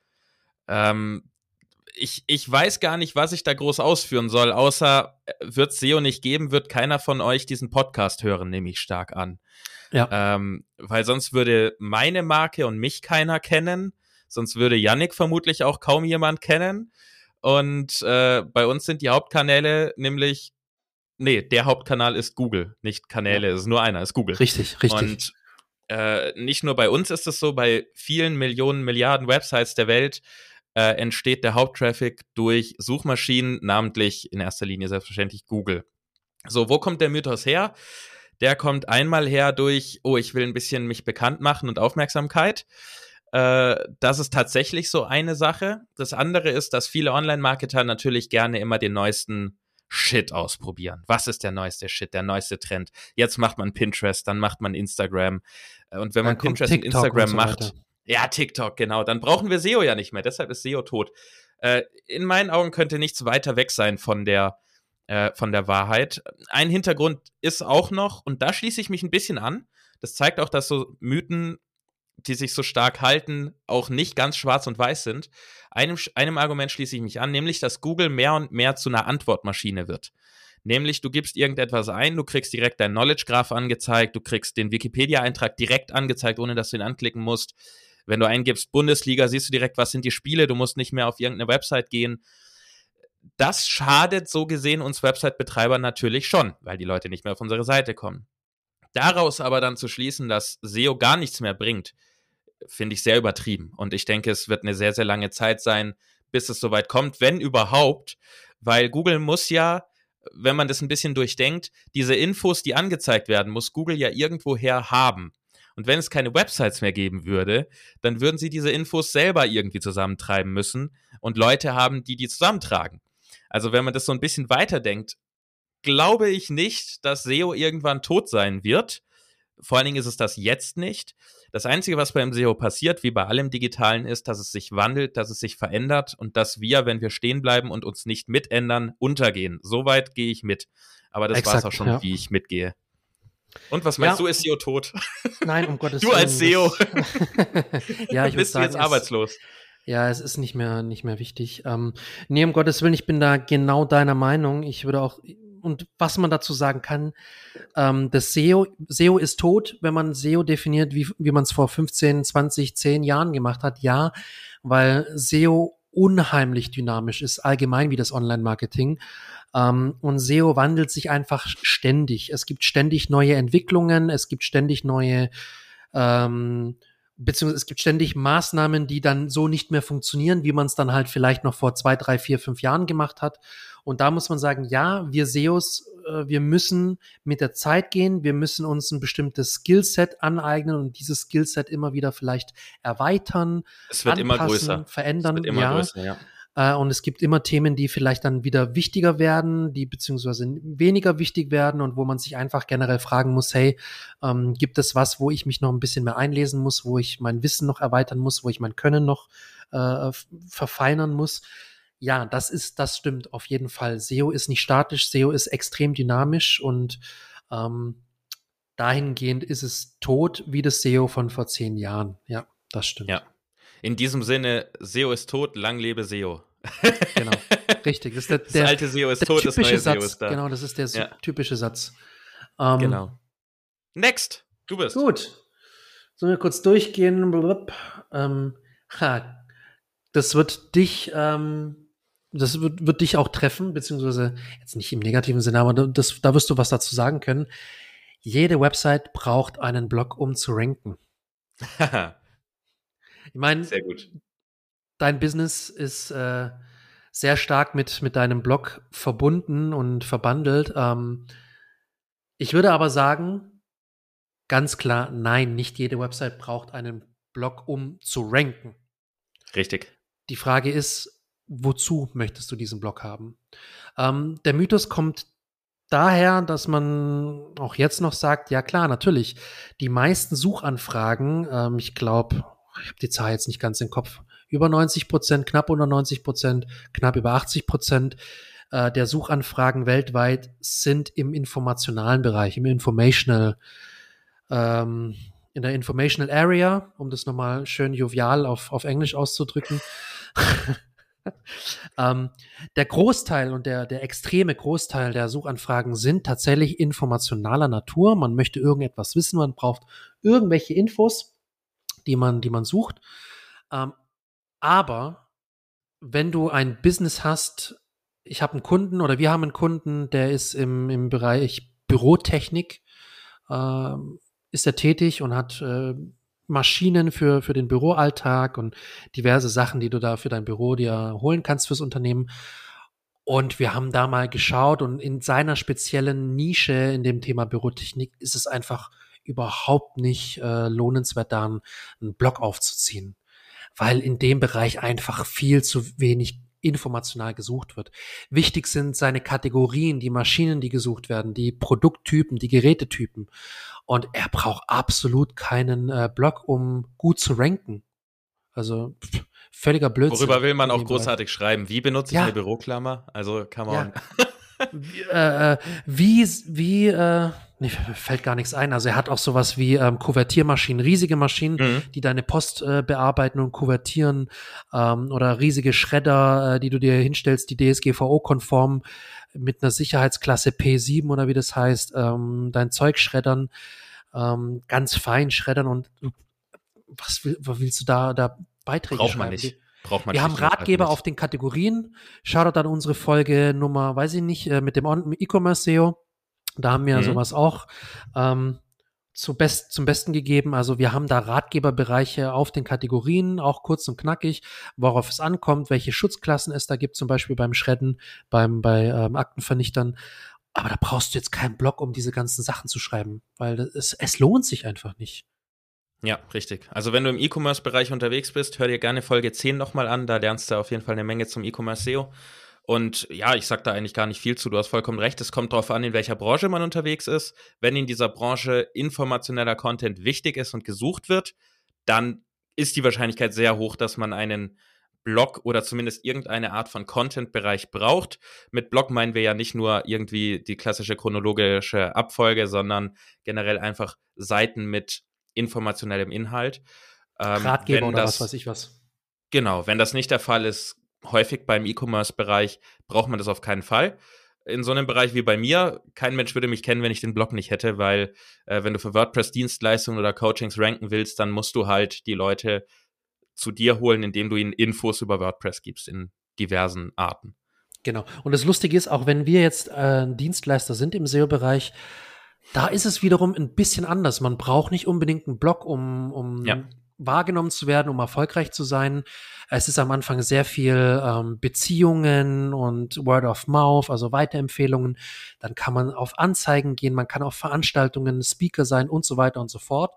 Ähm, ich, ich weiß gar nicht, was ich da groß ausführen soll, außer wird S E O nicht geben, wird keiner von euch diesen Podcast hören, nehme ich stark an. Ja. Ähm, weil sonst würde meine Marke und mich keiner kennen, sonst würde Yannick vermutlich auch kaum jemand kennen. Und äh, bei uns sind die Hauptkanäle nämlich Nee, der Hauptkanal ist Google, nicht Kanäle, ja. Es ist nur einer, ist Google. Richtig, richtig. Und äh, nicht nur bei uns ist es so, bei vielen Millionen, Milliarden Websites der Welt äh, entsteht der Haupttraffic durch Suchmaschinen, namentlich in erster Linie selbstverständlich Google. So, wo kommt der Mythos her? Der kommt einmal her durch, oh, ich will ein bisschen mich bekannt machen und Aufmerksamkeit. Äh, das ist tatsächlich so eine Sache. Das andere ist, dass viele Online-Marketer natürlich gerne immer den neuesten Shit ausprobieren. Was ist der neueste Shit, der neueste Trend? Jetzt macht man Pinterest, dann macht man Instagram. Und wenn man dann Pinterest und Instagram und so macht, weiter. Ja, TikTok, genau, dann brauchen wir S E O ja nicht mehr. Deshalb ist S E O tot. Äh, in meinen Augen könnte nichts weiter weg sein von der, äh, von der Wahrheit. Ein Hintergrund ist auch noch, und da schließe ich mich ein bisschen an, das zeigt auch, dass so Mythen, die sich so stark halten, auch nicht ganz schwarz und weiß sind. Einem, einem Argument schließe ich mich an, nämlich, dass Google mehr und mehr zu einer Antwortmaschine wird. Nämlich, du gibst irgendetwas ein, du kriegst direkt deinen Knowledge-Graph angezeigt, du kriegst den Wikipedia-Eintrag direkt angezeigt, ohne dass du ihn anklicken musst. Wenn du eingibst Bundesliga, siehst du direkt, was sind die Spiele, du musst nicht mehr auf irgendeine Website gehen. Das schadet so gesehen uns Website-Betreibern natürlich schon, weil die Leute nicht mehr auf unsere Seite kommen. Daraus aber dann zu schließen, dass S E O gar nichts mehr bringt, finde ich sehr übertrieben. Und ich denke, es wird eine sehr, sehr lange Zeit sein, bis es soweit kommt, wenn überhaupt, weil Google muss ja, wenn man das ein bisschen durchdenkt, diese Infos, die angezeigt werden, muss Google ja irgendwoher haben. Und wenn es keine Websites mehr geben würde, dann würden sie diese Infos selber irgendwie zusammentreiben müssen und Leute haben, die die zusammentragen. Also wenn man das so ein bisschen weiterdenkt, glaube ich nicht, dass S E O irgendwann tot sein wird. Vor allen Dingen ist es das jetzt nicht. Das Einzige, was beim S E O passiert, wie bei allem Digitalen, ist, dass es sich wandelt, dass es sich verändert und dass wir, wenn wir stehen bleiben und uns nicht mitändern, untergehen. Soweit gehe ich mit. Aber das war es auch schon, ja. Wie ich mitgehe. Und was meinst ja. du, ist S E O tot? Nein, um Gottes Willen. Du als S E O. Ja, ich bist sagen, du jetzt arbeitslos? Ja, es ist nicht mehr, nicht mehr wichtig. Ähm, nee, um Gottes Willen, ich bin da genau deiner Meinung. Ich würde auch, und was man dazu sagen kann, ähm, das S E O, S E O ist tot, wenn man S E O definiert, wie, wie man es vor fünfzehn, zwanzig, zehn Jahren gemacht hat. Ja, weil S E O unheimlich dynamisch ist, allgemein wie das Online-Marketing. Ähm, und S E O wandelt sich einfach ständig. Es gibt ständig neue Entwicklungen, es gibt ständig neue, ähm, beziehungsweise es gibt ständig Maßnahmen, die dann so nicht mehr funktionieren, wie man es dann halt vielleicht noch vor zwei, drei, vier, fünf Jahren gemacht hat. Und da muss man sagen, ja, wir S E Os äh, wir müssen mit der Zeit gehen, wir müssen uns ein bestimmtes Skillset aneignen und dieses Skillset immer wieder vielleicht erweitern, es wird anpassen, immer größer. verändern. Es wird immer ja. größer, ja. Äh, und es gibt immer Themen, die vielleicht dann wieder wichtiger werden, die beziehungsweise weniger wichtig werden und wo man sich einfach generell fragen muss, hey, ähm, gibt es was, wo ich mich noch ein bisschen mehr einlesen muss, wo ich mein Wissen noch erweitern muss, wo ich mein Können noch äh, verfeinern muss? Ja, das ist, das stimmt auf jeden Fall. S E O ist nicht statisch, S E O ist extrem dynamisch und ähm, dahingehend ist es tot wie das S E O von vor zehn Jahren. Ja, das stimmt. Ja. In diesem Sinne, S E O ist tot, lang lebe S E O. Genau, richtig. Das, ist der, das der, alte S E O ist der tot, das neue typische S E O Satz. ist da. Genau, das ist der ja. typische Satz. Ähm, genau. Next, du bist. Gut. Sollen wir kurz durchgehen? Ähm, ha, das wird dich, ähm, das wird, wird dich auch treffen, beziehungsweise jetzt nicht im negativen Sinne, aber das, da wirst du was dazu sagen können. Jede Website braucht einen Blog, um zu ranken. Ich meine, sehr gut. Dein Business ist äh, sehr stark mit, mit deinem Blog verbunden und verbandelt. Ähm, ich würde aber sagen, ganz klar, nein, nicht jede Website braucht einen Blog, um zu ranken. Richtig. Die Frage ist, wozu möchtest du diesen Blog haben? Ähm, der Mythos kommt daher, dass man auch jetzt noch sagt, ja klar, natürlich, die meisten Suchanfragen, ähm, ich glaube, ich habe die Zahl jetzt nicht ganz im Kopf, über neunzig Prozent, knapp unter neunzig Prozent, knapp über achtzig Prozent äh, der Suchanfragen weltweit sind im informationalen Bereich, im Informational, ähm, in der Informational Area, um das nochmal schön jovial auf, auf Englisch auszudrücken. ähm, der Großteil und der, der extreme Großteil der Suchanfragen sind tatsächlich informationaler Natur. Man möchte irgendetwas wissen, man braucht irgendwelche Infos, die man, die man sucht. Ähm, aber wenn du ein Business hast, ich habe einen Kunden oder wir haben einen Kunden, der ist im, im Bereich Bürotechnik, äh, ist er tätig und hat äh, Maschinen für, für den Büroalltag und diverse Sachen, die du da für dein Büro dir holen kannst fürs Unternehmen. Und wir haben da mal geschaut und in seiner speziellen Nische in dem Thema Bürotechnik ist es einfach überhaupt nicht äh, lohnenswert, da einen, einen Blog aufzuziehen, weil in dem Bereich einfach viel zu wenig informational gesucht wird. Wichtig sind seine Kategorien, die Maschinen, die gesucht werden, die Produkttypen, die Gerätetypen. Und er braucht absolut keinen äh, Blog, um gut zu ranken. Also pff, völliger Blödsinn. Worüber will man auch großartig Bereich. schreiben? Wie benutze ich ja. eine Büroklammer? Also, come on. Ja. wie, äh, wie, wie äh, nee, fällt gar nichts ein. Also er hat auch sowas wie ähm, Kuvertiermaschinen, riesige Maschinen, mhm. die deine Post äh, bearbeiten und kuvertieren, ähm, oder riesige Schredder, äh, die du dir hinstellst, die D S G V O-konform mit einer Sicherheitsklasse P sieben oder wie das heißt, ähm, dein Zeug schreddern, ähm, ganz fein schreddern und was, will, was willst du da, da Beiträge Braucht schreiben? man nicht. Braucht man Wir haben Ratgeber auf den Kategorien. Schaut dann unsere Folge Nummer, weiß ich nicht, mit dem E-Commerce S E O. Da haben wir mhm. sowas auch ähm, zu best, zum Besten gegeben. Also wir haben da Ratgeberbereiche auf den Kategorien, auch kurz und knackig, worauf es ankommt, welche Schutzklassen es da gibt, zum Beispiel beim Shredden, beim, bei ähm, Aktenvernichtern. Aber da brauchst du jetzt keinen Blog, um diese ganzen Sachen zu schreiben, weil es, es lohnt sich einfach nicht. Ja, richtig. Also wenn du im E-Commerce-Bereich unterwegs bist, hör dir gerne Folge zehn nochmal an, da lernst du auf jeden Fall eine Menge zum E-Commerce S E O. Und ja, ich sag da eigentlich gar nicht viel zu, du hast vollkommen recht, es kommt darauf an, in welcher Branche man unterwegs ist. Wenn in dieser Branche informationeller Content wichtig ist und gesucht wird, dann ist die Wahrscheinlichkeit sehr hoch, dass man einen Blog oder zumindest irgendeine Art von Content-Bereich braucht. Mit Blog meinen wir ja nicht nur irgendwie die klassische chronologische Abfolge, sondern generell einfach Seiten mit informationellem Inhalt. Ähm, Ratgeber oder das, was weiß ich was. Genau, wenn das nicht der Fall ist, häufig beim E-Commerce-Bereich braucht man das auf keinen Fall. In so einem Bereich wie bei mir, kein Mensch würde mich kennen, wenn ich den Blog nicht hätte, weil äh, wenn du für WordPress-Dienstleistungen oder Coachings ranken willst, dann musst du halt die Leute zu dir holen, indem du ihnen Infos über WordPress gibst in diversen Arten. Genau. Und das Lustige ist, auch wenn wir jetzt äh, Dienstleister sind im S E O-Bereich, da ist es wiederum ein bisschen anders. Man braucht nicht unbedingt einen Blog, um, um ja. wahrgenommen zu werden, um erfolgreich zu sein. Es ist am Anfang sehr viel ähm, Beziehungen und Word of Mouth, also Weiterempfehlungen. Dann kann man auf Anzeigen gehen, man kann auf Veranstaltungen Speaker sein und so weiter und so fort.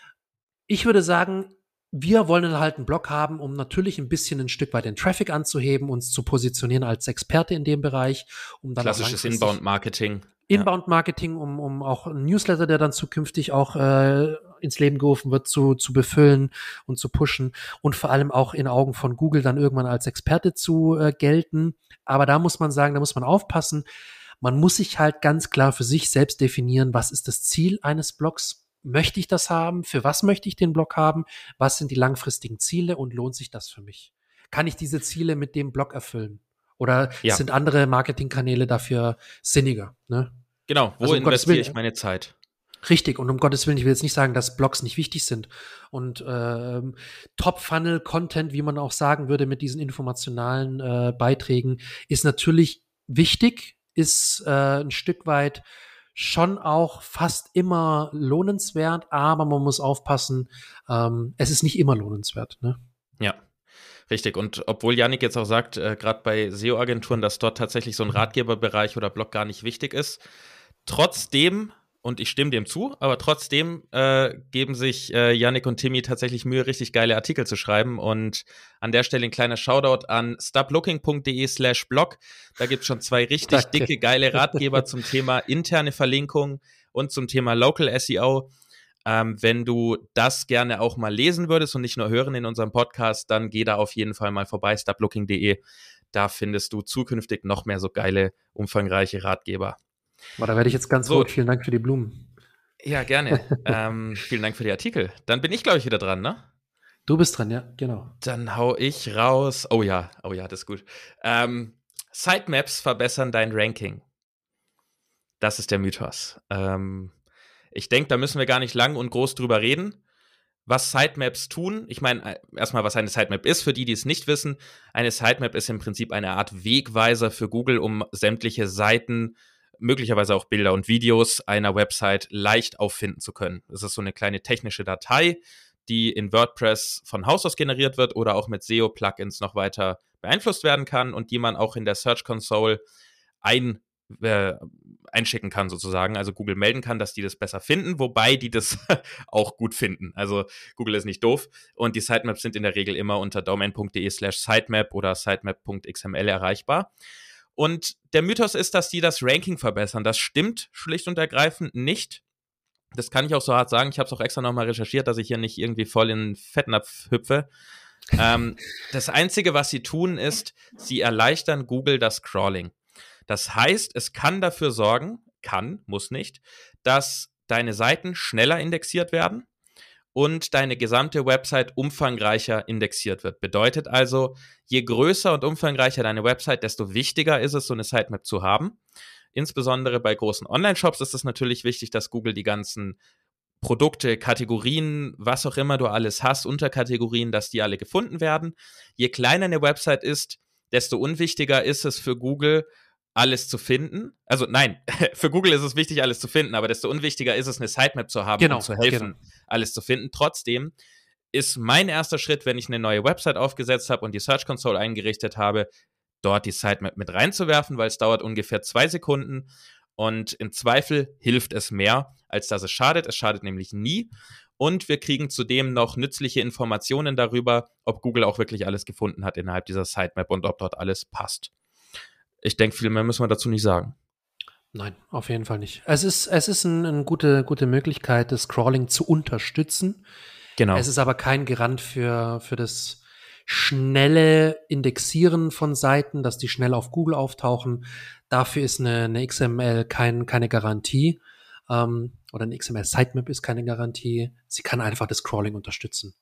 Ich würde sagen, wir wollen halt einen Blog haben, um natürlich ein bisschen ein Stück weit den Traffic anzuheben, uns zu positionieren als Experte in dem Bereich. Um dann klassisches Inbound-Marketing. Inbound-Marketing, um, um auch ein Newsletter, der dann zukünftig auch äh, ins Leben gerufen wird, zu, zu befüllen und zu pushen und vor allem auch in Augen von Google dann irgendwann als Experte zu äh, gelten. Aber da muss man sagen, da muss man aufpassen. Man muss sich halt ganz klar für sich selbst definieren, was ist das Ziel eines Blogs? Möchte ich das haben? Für was möchte ich den Blog haben? Was sind die langfristigen Ziele und lohnt sich das für mich? Kann ich diese Ziele mit dem Blog erfüllen? Oder ja. sind andere Marketingkanäle dafür sinniger? Ne? Genau, wo also um investiere ich meine Zeit? Richtig, und um Gottes Willen, ich will jetzt nicht sagen, dass Blogs nicht wichtig sind. Und ähm, Top-Funnel-Content, wie man auch sagen würde, mit diesen informationalen äh, Beiträgen, ist natürlich wichtig, ist äh, ein Stück weit schon auch fast immer lohnenswert, aber man muss aufpassen, ähm, es ist nicht immer lohnenswert. Ne? Ja. Richtig, und obwohl Yannick jetzt auch sagt, äh, gerade bei S E O-Agenturen, dass dort tatsächlich so ein Ratgeberbereich oder Blog gar nicht wichtig ist, trotzdem, und ich stimme dem zu, aber trotzdem äh, geben sich äh, Yannick und Timmy tatsächlich Mühe, richtig geile Artikel zu schreiben, und an der Stelle ein kleiner Shoutout an stoplooking.de slash blog, da gibt es schon zwei richtig Danke. dicke, geile Ratgeber zum Thema interne Verlinkung und zum Thema Local S E O. Ähm, wenn du das gerne auch mal lesen würdest und nicht nur hören in unserem Podcast, dann geh da auf jeden Fall mal vorbei, stoplooking punkt de. Da findest du zukünftig noch mehr so geile, umfangreiche Ratgeber. Boah, da werde ich jetzt ganz so. rot. Vielen Dank für die Blumen. Ja, gerne. ähm, vielen Dank für die Artikel. Dann bin ich, glaube ich, wieder dran, ne? Du bist dran, ja, genau. Dann hau ich raus. Oh ja, oh ja, das ist gut. Ähm, Sitemaps verbessern dein Ranking. Das ist der Mythos. Ähm, Ich denke, da müssen wir gar nicht lang und groß drüber reden, was Sitemaps tun. Ich meine, erstmal, was eine Sitemap ist, für die, die es nicht wissen. Eine Sitemap ist im Prinzip eine Art Wegweiser für Google, um sämtliche Seiten, möglicherweise auch Bilder und Videos einer Website leicht auffinden zu können. Das ist so eine kleine technische Datei, die in WordPress von Haus aus generiert wird oder auch mit S E O-Plugins noch weiter beeinflusst werden kann und die man auch in der Search Console ein Äh, einschicken kann sozusagen, also Google melden kann, dass die das besser finden, wobei die das auch gut finden. Also Google ist nicht doof und die Sitemaps sind in der Regel immer unter domain.de slash sitemap oder sitemap.xml erreichbar. Und der Mythos ist, dass die das Ranking verbessern. Das stimmt schlicht und ergreifend nicht. Das kann ich auch so hart sagen. Ich habe es auch extra nochmal recherchiert, dass ich hier nicht irgendwie voll in den Fettnapf hüpfe. ähm, das Einzige, was sie tun, ist, sie erleichtern Google das Crawling. Das heißt, es kann dafür sorgen, kann, muss nicht, dass deine Seiten schneller indexiert werden und deine gesamte Website umfangreicher indexiert wird. Bedeutet also, je größer und umfangreicher deine Website, desto wichtiger ist es, so eine Sitemap zu haben. Insbesondere bei großen Online-Shops ist es natürlich wichtig, dass Google die ganzen Produkte, Kategorien, was auch immer du alles hast, Unterkategorien, dass die alle gefunden werden. Je kleiner eine Website ist, desto unwichtiger ist es für Google, alles zu finden. Also nein, für Google ist es wichtig, alles zu finden, aber desto unwichtiger ist es, eine Sitemap zu haben, genau, um zu helfen, genau. alles zu finden. Trotzdem ist mein erster Schritt, wenn ich eine neue Website aufgesetzt habe und die Search Console eingerichtet habe, dort die Sitemap mit reinzuwerfen, weil es dauert ungefähr zwei Sekunden und im Zweifel hilft es mehr, als dass es schadet. Es schadet nämlich nie. Und wir kriegen zudem noch nützliche Informationen darüber, ob Google auch wirklich alles gefunden hat innerhalb dieser Sitemap und ob dort alles passt. Ich denke, viel mehr müssen wir dazu nicht sagen. Nein, auf jeden Fall nicht. Es ist, es ist eine ein gute, gute Möglichkeit, das Crawling zu unterstützen. Genau. Es ist aber kein Garant für, für das schnelle Indexieren von Seiten, dass die schnell auf Google auftauchen. Dafür ist eine, eine X M L kein, keine Garantie. Ähm, oder eine X M L-Sitemap ist keine Garantie. Sie kann einfach das Crawling unterstützen.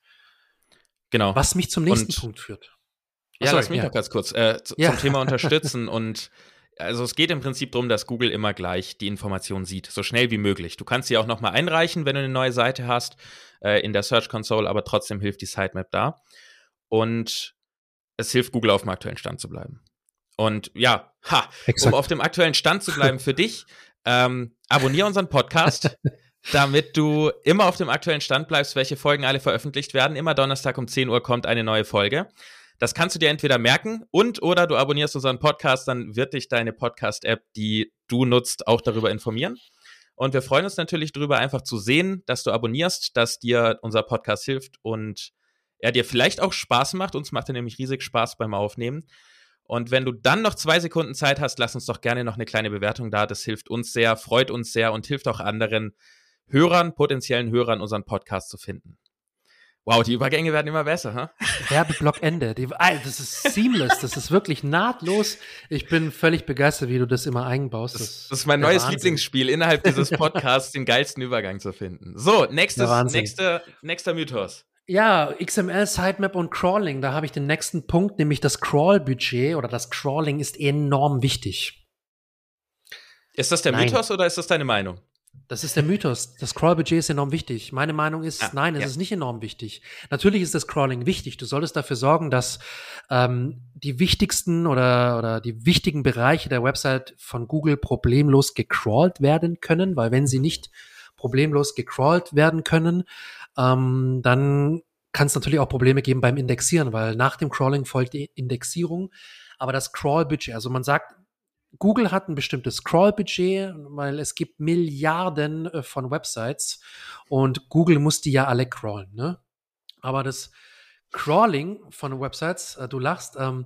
Genau. Was mich zum nächsten Und Punkt führt. Ja, Sorry, lass mich ja. noch ganz kurz äh, zu, ja. zum Thema unterstützen. Und also es geht im Prinzip darum, dass Google immer gleich die Information sieht, so schnell wie möglich. Du kannst sie auch nochmal einreichen, wenn du eine neue Seite hast äh, in der Search Console, aber trotzdem hilft die Sitemap da. Und es hilft Google, auf dem aktuellen Stand zu bleiben. Und ja, ha, um auf dem aktuellen Stand zu bleiben für dich, ähm, abonniere unseren Podcast, damit du immer auf dem aktuellen Stand bleibst, welche Folgen alle veröffentlicht werden. Immer Donnerstag um zehn Uhr kommt eine neue Folge. Das kannst du dir entweder merken und oder du abonnierst unseren Podcast, dann wird dich deine Podcast-App, die du nutzt, auch darüber informieren. Und wir freuen uns natürlich darüber, einfach zu sehen, dass du abonnierst, dass dir unser Podcast hilft und er dir vielleicht auch Spaß macht. Uns macht er nämlich riesig Spaß beim Aufnehmen. Und wenn du dann noch zwei Sekunden Zeit hast, lass uns doch gerne noch eine kleine Bewertung da. Das hilft uns sehr, freut uns sehr und hilft auch anderen Hörern, potenziellen Hörern, unseren Podcast zu finden. Wow, die Übergänge werden immer besser, ha? Werbeblock Ende. Die, das ist seamless, das ist wirklich nahtlos. Ich bin völlig begeistert, wie du das immer einbaust. Das, das, das ist mein neues Wahnsinn. Lieblingsspiel, innerhalb dieses Podcasts den geilsten Übergang zu finden. So, nächstes, nächster, nächster Mythos. Ja, X M L, Sitemap und Crawling, da habe ich den nächsten Punkt, nämlich das Crawl-Budget oder das Crawling ist enorm wichtig. Ist das der Nein. Mythos oder ist das deine Meinung? Das ist der Mythos. Das Crawl-Budget ist enorm wichtig. Meine Meinung ist, ah, nein, es ja. ist nicht enorm wichtig. Natürlich ist das Crawling wichtig. Du solltest dafür sorgen, dass ähm, die wichtigsten oder, oder die wichtigen Bereiche der Website von Google problemlos gecrawlt werden können, weil wenn sie nicht problemlos gecrawlt werden können, ähm, dann kann es natürlich auch Probleme geben beim Indexieren, weil nach dem Crawling folgt die Indexierung. Aber das Crawl-Budget, also man sagt, Google hat ein bestimmtes Crawl-Budget, weil es gibt Milliarden äh, von Websites und Google muss die ja alle crawlen, ne? Aber das Crawling von Websites, äh, du lachst, ähm,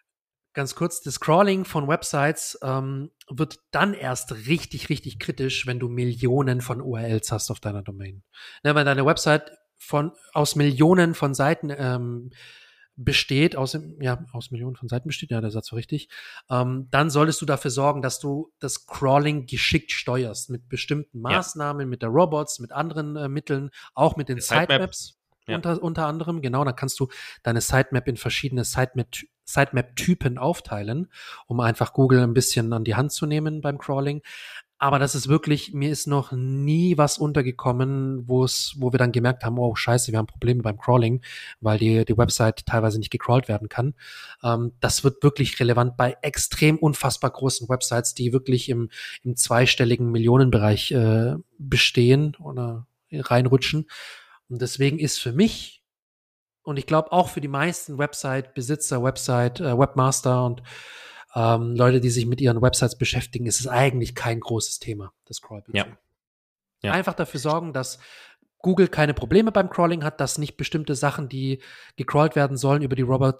ganz kurz, das Crawling von Websites ähm, wird dann erst richtig, richtig kritisch, wenn du Millionen von U R Ls hast auf deiner Domain. Ne, wenn deine Website von aus Millionen von Seiten ähm, besteht, aus, ja, aus Millionen von Seiten besteht, ja, der Satz war richtig, ähm, dann solltest du dafür sorgen, dass du das Crawling geschickt steuerst, mit bestimmten Maßnahmen, ja. mit der Robots, mit anderen äh, Mitteln, auch mit den Sitemaps ja. unter, unter anderem, genau, dann kannst du deine Sitemap in verschiedene Sitemap Sitemap-Typen aufteilen, um einfach Google ein bisschen an die Hand zu nehmen beim Crawling. Aber das ist wirklich, mir ist noch nie was untergekommen, wo es, wo wir dann gemerkt haben, oh scheiße, wir haben Probleme beim Crawling, weil die, die Website teilweise nicht gecrawlt werden kann. Ähm, das wird wirklich relevant bei extrem unfassbar großen Websites, die wirklich im, im zweistelligen Millionenbereich äh, bestehen oder reinrutschen. Und deswegen ist für mich und ich glaube auch für die meisten Website-Besitzer, Website, äh, Webmaster und ähm, Leute, die sich mit ihren Websites beschäftigen, ist es eigentlich kein großes Thema, das Crawl-Budget. Ja. Ja. Einfach dafür sorgen, dass Google keine Probleme beim Crawling hat, dass nicht bestimmte Sachen, die gecrawlt werden sollen, über die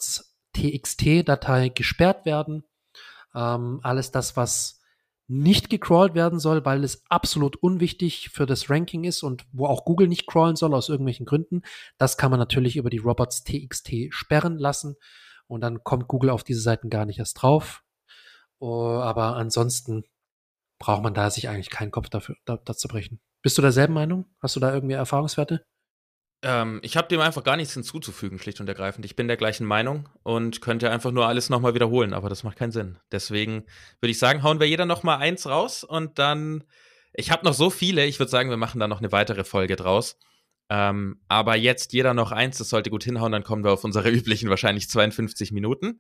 robots.txt-Datei gesperrt werden. Ähm, alles das, was nicht gecrawlt werden soll, weil es absolut unwichtig für das Ranking ist und wo auch Google nicht crawlen soll aus irgendwelchen Gründen. Das kann man natürlich über die robots.txt sperren lassen und dann kommt Google auf diese Seiten gar nicht erst drauf. Oh, aber ansonsten braucht man da sich eigentlich keinen Kopf dafür da, dazu brechen. Bist du derselben Meinung? Hast du da irgendwie Erfahrungswerte? Ähm, ich habe dem einfach gar nichts hinzuzufügen, schlicht und ergreifend. Ich bin der gleichen Meinung und könnte einfach nur alles nochmal wiederholen, aber das macht keinen Sinn. Deswegen würde ich sagen, hauen wir jeder nochmal eins raus und dann, ich habe noch so viele, ich würde sagen, wir machen da noch eine weitere Folge draus. Ähm, aber jetzt jeder noch eins, das sollte gut hinhauen, dann kommen wir auf unsere üblichen wahrscheinlich zweiundfünfzig Minuten.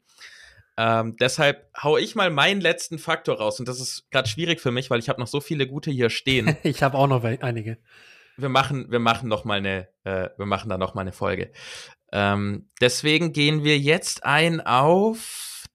Ähm, deshalb hau ich mal meinen letzten Faktor raus und das ist gerade schwierig für mich, weil ich habe noch so viele gute hier stehen. Ich habe auch noch einige. Wir machen, wir machen noch mal eine, äh, wir machen da noch mal eine Folge. Ähm, deswegen gehen wir jetzt ein auf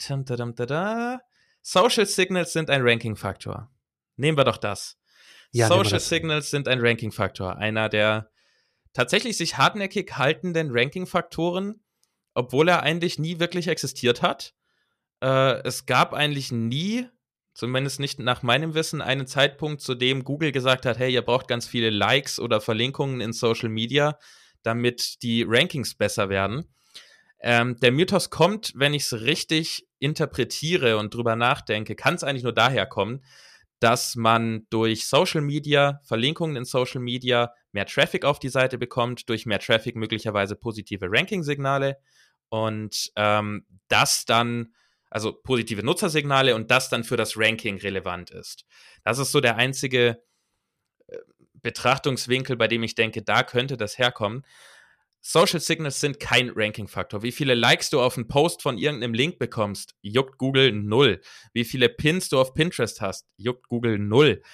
Social Signals sind ein Ranking-Faktor. Nehmen wir doch das. Ja, Social das. Signals sind ein Ranking-Faktor. Einer der tatsächlich sich hartnäckig haltenden Ranking-Faktoren, obwohl er eigentlich nie wirklich existiert hat. Äh, es gab eigentlich nie, zumindest nicht nach meinem Wissen, einen Zeitpunkt, zu dem Google gesagt hat, hey, ihr braucht ganz viele Likes oder Verlinkungen in Social Media, damit die Rankings besser werden. Ähm, der Mythos kommt, wenn ich es richtig interpretiere und drüber nachdenke, kann es eigentlich nur daher kommen, dass man durch Social Media, Verlinkungen in Social Media, mehr Traffic auf die Seite bekommt, durch mehr Traffic möglicherweise positive Ranking-Signale und ähm, das dann also positive Nutzersignale und das dann für das Ranking relevant ist. Das ist so der einzige Betrachtungswinkel, bei dem ich denke, da könnte das herkommen. Social Signals sind kein Ranking-Faktor. Wie viele Likes du auf einen Post von irgendeinem Link bekommst, juckt Google null. Wie viele Pins du auf Pinterest hast, juckt Google null.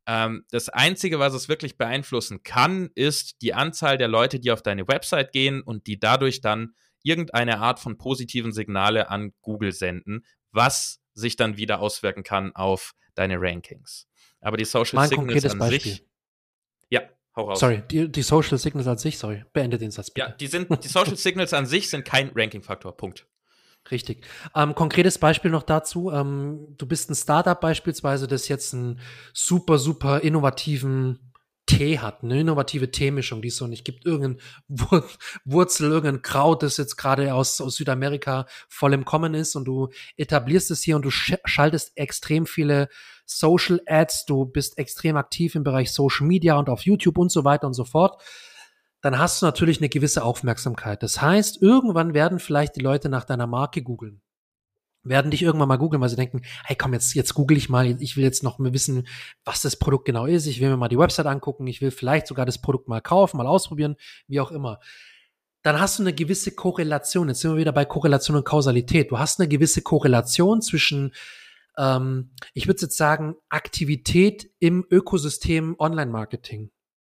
Ähm, das Einzige, was es wirklich beeinflussen kann, ist die Anzahl der Leute, die auf deine Website gehen und die dadurch dann irgendeine Art von positiven Signale an Google senden, was sich dann wieder auswirken kann auf deine Rankings. Aber die Social Mal ein Signals konkretes an Beispiel. sich. Ja, hau raus. Sorry, die, die Social Signals an sich, sorry, beende den Satz bitte. Ja, die, sind, die Social Signals an sich sind kein Ranking-Faktor, Punkt. Richtig. Ähm, konkretes Beispiel noch dazu. Ähm, du bist ein Startup beispielsweise, das jetzt einen super, super innovativen Tee hat, eine innovative Teemischung, die es so nicht gibt. Irgendein Wur Wurzel, irgendein Kraut, das jetzt gerade aus, aus Südamerika voll im Kommen ist und du etablierst es hier und du sch schaltest extrem viele Social Ads, du bist extrem aktiv im Bereich Social Media und auf YouTube und so weiter und so fort. Dann hast du natürlich eine gewisse Aufmerksamkeit. Das heißt, irgendwann werden vielleicht die Leute nach deiner Marke googeln. Werden dich irgendwann mal googeln, weil sie denken, hey komm, jetzt, jetzt google ich mal, ich will jetzt noch mal wissen, was das Produkt genau ist, ich will mir mal die Website angucken, ich will vielleicht sogar das Produkt mal kaufen, mal ausprobieren, wie auch immer. Dann hast du eine gewisse Korrelation, jetzt sind wir wieder bei Korrelation und Kausalität. Du hast eine gewisse Korrelation zwischen, ähm, ich würde jetzt sagen, Aktivität im Ökosystem Online-Marketing.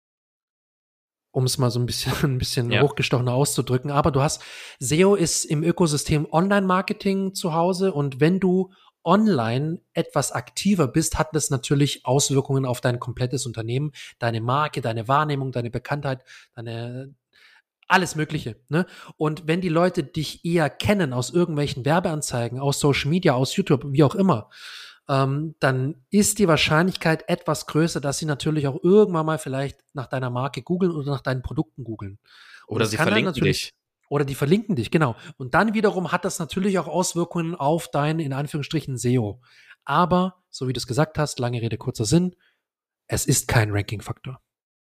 Um es mal so ein bisschen, ein bisschen Ja. hochgestochener auszudrücken. Aber du hast, S E O ist im Ökosystem Online-Marketing zu Hause und wenn du online etwas aktiver bist, hat das natürlich Auswirkungen auf dein komplettes Unternehmen, deine Marke, deine Wahrnehmung, deine Bekanntheit, deine alles Mögliche. Ne? Und wenn die Leute dich eher kennen aus irgendwelchen Werbeanzeigen, aus Social Media, aus YouTube, wie auch immer, Ähm, dann ist die Wahrscheinlichkeit etwas größer, dass sie natürlich auch irgendwann mal vielleicht nach deiner Marke googeln oder nach deinen Produkten googeln. Oder sie verlinken dich. Oder die verlinken dich, genau. Und dann wiederum hat das natürlich auch Auswirkungen auf dein, in Anführungsstrichen, S E O. Aber, so wie du es gesagt hast, lange Rede, kurzer Sinn, es ist kein Ranking-Faktor.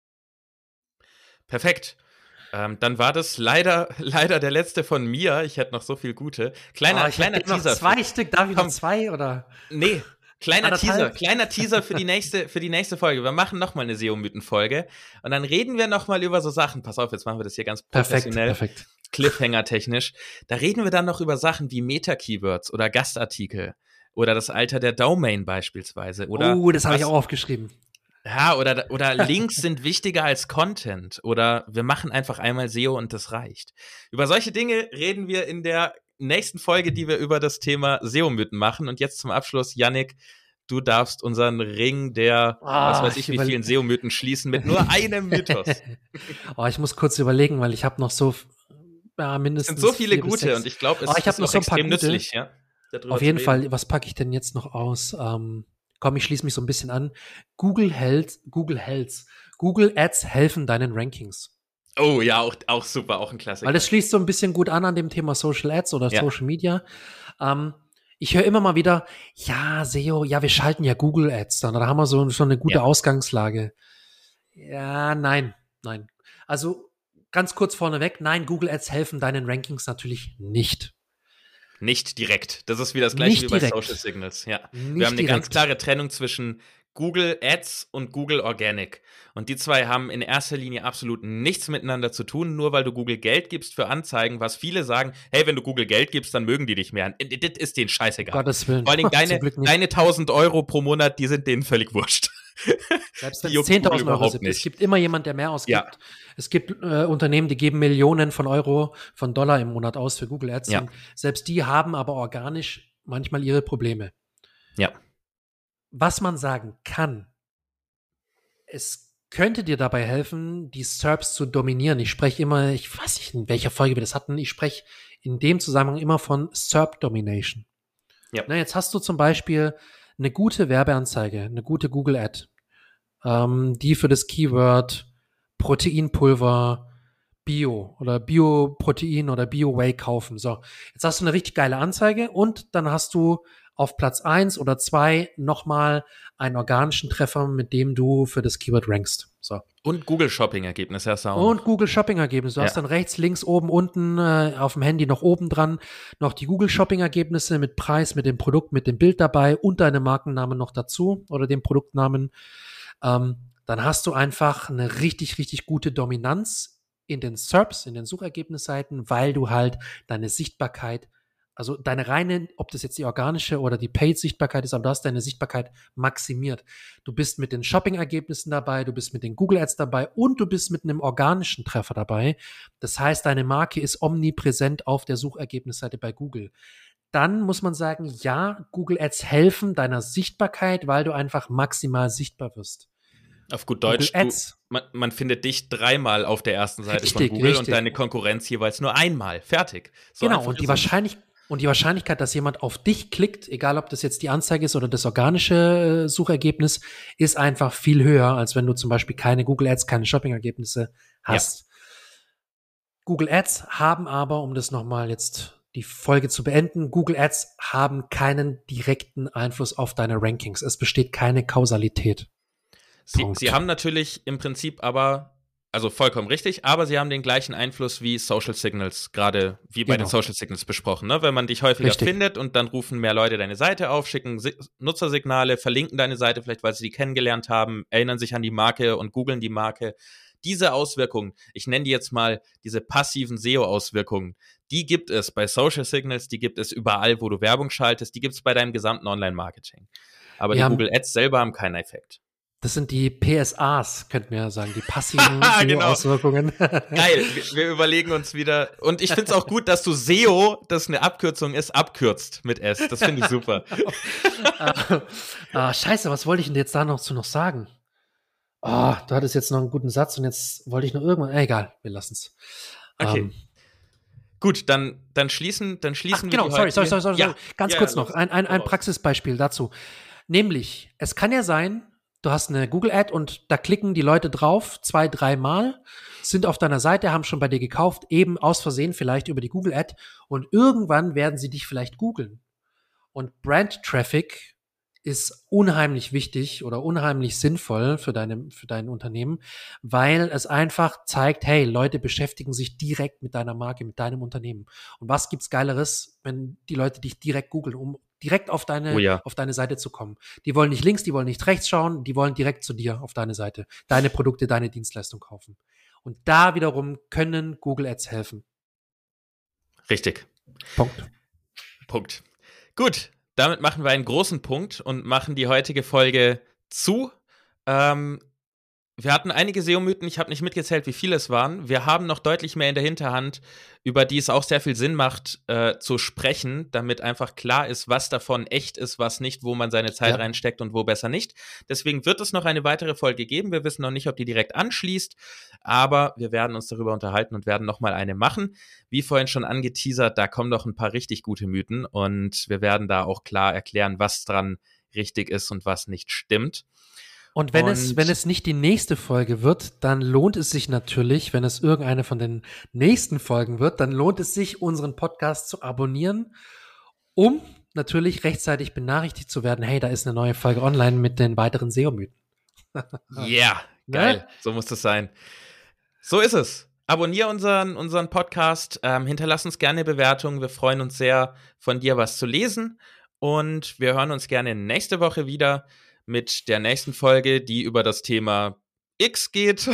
Perfekt. Ähm, dann war das leider, leider der letzte von mir. Ich hätte noch so viel gute. Kleiner, oh, ich kleiner Teaser. Noch zwei Stück, darf ich Komm. noch zwei oder? Nee, kleiner Teaser, kleiner Teaser für die nächste, für die nächste Folge. Wir machen nochmal eine S E O-Mythen-Folge und dann reden wir nochmal über so Sachen. Pass auf, jetzt machen wir das hier ganz professionell. Perfekt, perfekt. Cliffhanger-technisch. Da reden wir dann noch über Sachen wie Meta-Keywords oder Gastartikel oder das Alter der Domain beispielsweise. Oder oh, das habe ich auch aufgeschrieben. Ja, oder, oder Links sind wichtiger als Content. Oder wir machen einfach einmal S E O und das reicht. Über solche Dinge reden wir in der nächsten Folge, die wir über das Thema S E O-Mythen machen. Und jetzt zum Abschluss, Yannick, du darfst unseren Ring der, ah, was weiß ich, ich wie vielen S E O-Mythen schließen mit nur einem Mythos. oh, ich muss kurz überlegen, weil ich habe noch so ja, mindestens. Es sind so viele gute und ich glaube, es oh, ich ist noch auch so ein extrem paar gute. nützlich. Ja, auf jeden Fall, was packe ich denn jetzt noch aus? Ähm, komm, ich schließe mich so ein bisschen an. Google hält, Google hält's. Google Ads helfen deinen Rankings. Oh ja, auch, auch super, auch ein Klassiker. Weil das schließt so ein bisschen gut an an dem Thema Social Ads oder ja. Social Media. Ähm, ich höre immer mal wieder, ja, S E O, ja, wir schalten ja Google Ads dann. Da haben wir so schon eine gute ja. Ausgangslage. Ja, nein, nein. Also ganz kurz vorneweg, nein, Google Ads helfen deinen Rankings natürlich nicht. Nicht direkt. Das ist wie das gleiche nicht wie bei direkt. Social Signals. Ja. Nicht wir haben eine direkt. ganz klare Trennung zwischen Google Ads und Google Organic. Und die zwei haben in erster Linie absolut nichts miteinander zu tun, nur weil du Google Geld gibst für Anzeigen, was viele sagen, hey, wenn du Google Geld gibst, dann mögen die dich mehr. Das ist denen scheißegal. Gottes Willen. Vor allem deine, deine tausend Euro pro Monat, die sind denen völlig wurscht. Selbst wenn es zehntausend Euro sind. Es gibt immer jemand, der mehr ausgibt. Ja. Es gibt äh, Unternehmen, die geben Millionen von Euro, von Dollar im Monat aus für Google Ads. Ja. Selbst die haben aber organisch manchmal ihre Probleme. Ja. Was man sagen kann, es könnte dir dabei helfen, die S E R Ps zu dominieren. Ich spreche immer, ich weiß nicht, in welcher Folge wir das hatten, ich spreche in dem Zusammenhang immer von S E R P-Domination. Ja. Na, jetzt hast du zum Beispiel eine gute Werbeanzeige, eine gute Google-Ad, ähm, die für das Keyword Proteinpulver Bio oder Bioprotein oder Bio-Whey kaufen. So, jetzt hast du eine richtig geile Anzeige und dann hast du auf Platz eins oder zwei nochmal einen organischen Treffer, mit dem du für das Keyword rankst. So. Und Google Shopping-Ergebnisse hast du auch. Und Google Shopping-Ergebnisse. Du ja. hast dann rechts, links, oben, unten äh, auf dem Handy noch oben dran noch die Google Shopping-Ergebnisse mit Preis, mit dem Produkt, mit dem Bild dabei und deine Markennamen noch dazu oder dem Produktnamen. Ähm, dann hast du einfach eine richtig, richtig gute Dominanz in den S E R Ps, in den Suchergebnisseiten, weil du halt deine Sichtbarkeit Also deine reine, ob das jetzt die organische oder die Paid-Sichtbarkeit ist, aber du hast deine Sichtbarkeit maximiert. Du bist mit den Shopping-Ergebnissen dabei, du bist mit den Google-Ads dabei und du bist mit einem organischen Treffer dabei. Das heißt, deine Marke ist omnipräsent auf der Suchergebnisseite bei Google. Dann muss man sagen, ja, Google Ads helfen deiner Sichtbarkeit, weil du einfach maximal sichtbar wirst. Auf gut Deutsch, du, man, man findet dich dreimal auf der ersten Seite richtig, von Google richtig. Und deine Konkurrenz jeweils nur einmal. Fertig. So genau, und die, Wahrscheinlich, und die Wahrscheinlichkeit, dass jemand auf dich klickt, egal ob das jetzt die Anzeige ist oder das organische Suchergebnis, ist einfach viel höher, als wenn du zum Beispiel keine Google Ads, keine Shopping-Ergebnisse hast. Ja. Google Ads haben aber, um das nochmal jetzt die Folge zu beenden, Google Ads haben keinen direkten Einfluss auf deine Rankings. Es besteht keine Kausalität. Sie, sie haben natürlich im Prinzip aber, also vollkommen richtig, aber sie haben den gleichen Einfluss wie Social Signals, gerade wie bei genau. den Social Signals besprochen. Ne? Wenn man dich häufiger richtig. findet und dann rufen mehr Leute deine Seite auf, schicken Si- Nutzersignale, verlinken deine Seite vielleicht, weil sie die kennengelernt haben, erinnern sich an die Marke und googeln die Marke. Diese Auswirkungen, ich nenne die jetzt mal diese passiven S E O-Auswirkungen, die gibt es bei Social Signals, die gibt es überall, wo du Werbung schaltest, die gibt es bei deinem gesamten Online-Marketing. Aber Wir die Google Ads selber haben keinen Effekt. Das sind die P S As, könnten wir ja sagen, die passiven S E O-Auswirkungen. Genau. Geil, wir, wir überlegen uns wieder. Und ich finde es auch gut, dass du S E O, das eine Abkürzung ist, abkürzt mit S. Das finde ich super. ah, ah, scheiße, was wollte ich denn jetzt da noch zu noch sagen? Oh, du hattest jetzt noch einen guten Satz und jetzt wollte ich noch irgendwann. Äh, egal, wir lassen es. Okay. Ähm, Gut, dann, dann schließen, dann schließen Ach, genau, wir die sorry, sorry, sorry, sorry, ja. sorry. Ganz ja, kurz ja, noch, ein, ein, ein Praxisbeispiel dazu. Nämlich, es kann ja sein, du hast eine Google-Ad und da klicken die Leute drauf, zwei, dreimal, sind auf deiner Seite, haben schon bei dir gekauft, eben aus Versehen vielleicht über die Google-Ad und irgendwann werden sie dich vielleicht googeln. Und Brand-Traffic ist unheimlich wichtig oder unheimlich sinnvoll für deine, für dein Unternehmen, weil es einfach zeigt, hey, Leute beschäftigen sich direkt mit deiner Marke, mit deinem Unternehmen. Und was gibt's Geileres, wenn die Leute dich direkt googeln, um direkt auf deine, oh ja. auf deine Seite zu kommen. Die wollen nicht links, die wollen nicht rechts schauen, die wollen direkt zu dir auf deine Seite, deine Produkte, deine Dienstleistung kaufen. Und da wiederum können Google Ads helfen. Richtig. Punkt. Punkt. Gut. Damit machen wir einen großen Punkt und machen die heutige Folge zu. Ähm, wir hatten einige S E O-Mythen, ich habe nicht mitgezählt, wie viele es waren. Wir haben noch deutlich mehr in der Hinterhand, über die es auch sehr viel Sinn macht, äh, zu sprechen, damit einfach klar ist, was davon echt ist, was nicht, wo man seine Zeit ja. reinsteckt und wo besser nicht. Deswegen wird es noch eine weitere Folge geben. Wir wissen noch nicht, ob die direkt anschließt, aber wir werden uns darüber unterhalten und werden nochmal eine machen. Wie vorhin schon angeteasert, da kommen noch ein paar richtig gute Mythen und wir werden da auch klar erklären, was dran richtig ist und was nicht stimmt. Und wenn und es, wenn es nicht die nächste Folge wird, dann lohnt es sich natürlich, wenn es irgendeine von den nächsten Folgen wird, dann lohnt es sich, unseren Podcast zu abonnieren, um natürlich rechtzeitig benachrichtigt zu werden, hey, da ist eine neue Folge online mit den weiteren S E O-Mythen. Ja, yeah, geil, ne? So muss das sein. So ist es. Abonnier unseren, unseren Podcast, ähm, hinterlass uns gerne Bewertungen, wir freuen uns sehr, von dir was zu lesen und wir hören uns gerne nächste Woche wieder mit der nächsten Folge, die über das Thema X geht.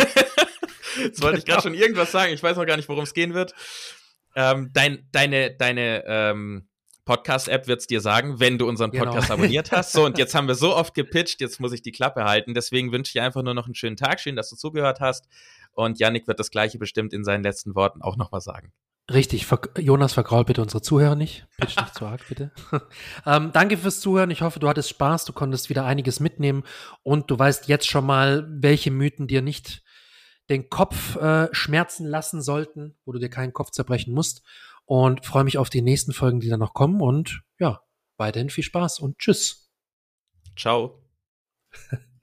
Jetzt wollte ich gerade schon irgendwas sagen, ich weiß noch gar nicht, worum es gehen wird. Ähm, dein, deine deine ähm, Podcast-App wird es dir sagen, wenn du unseren Podcast genau. abonniert hast. So, und jetzt haben wir so oft gepitcht, jetzt muss ich die Klappe halten. Deswegen wünsche ich dir einfach nur noch einen schönen Tag. Schön, dass du zugehört hast. Und Yannick wird das Gleiche bestimmt in seinen letzten Worten auch nochmal sagen. Richtig, Jonas, vergraul bitte unsere Zuhörer nicht. Pitch nicht zu arg, bitte. ähm, danke fürs Zuhören. Ich hoffe, du hattest Spaß, du konntest wieder einiges mitnehmen und du weißt jetzt schon mal, welche Mythen dir nicht den Kopf äh, schmerzen lassen sollten, wo du dir keinen Kopf zerbrechen musst. Und freue mich auf die nächsten Folgen, die dann noch kommen. Und ja, weiterhin viel Spaß und tschüss. Ciao.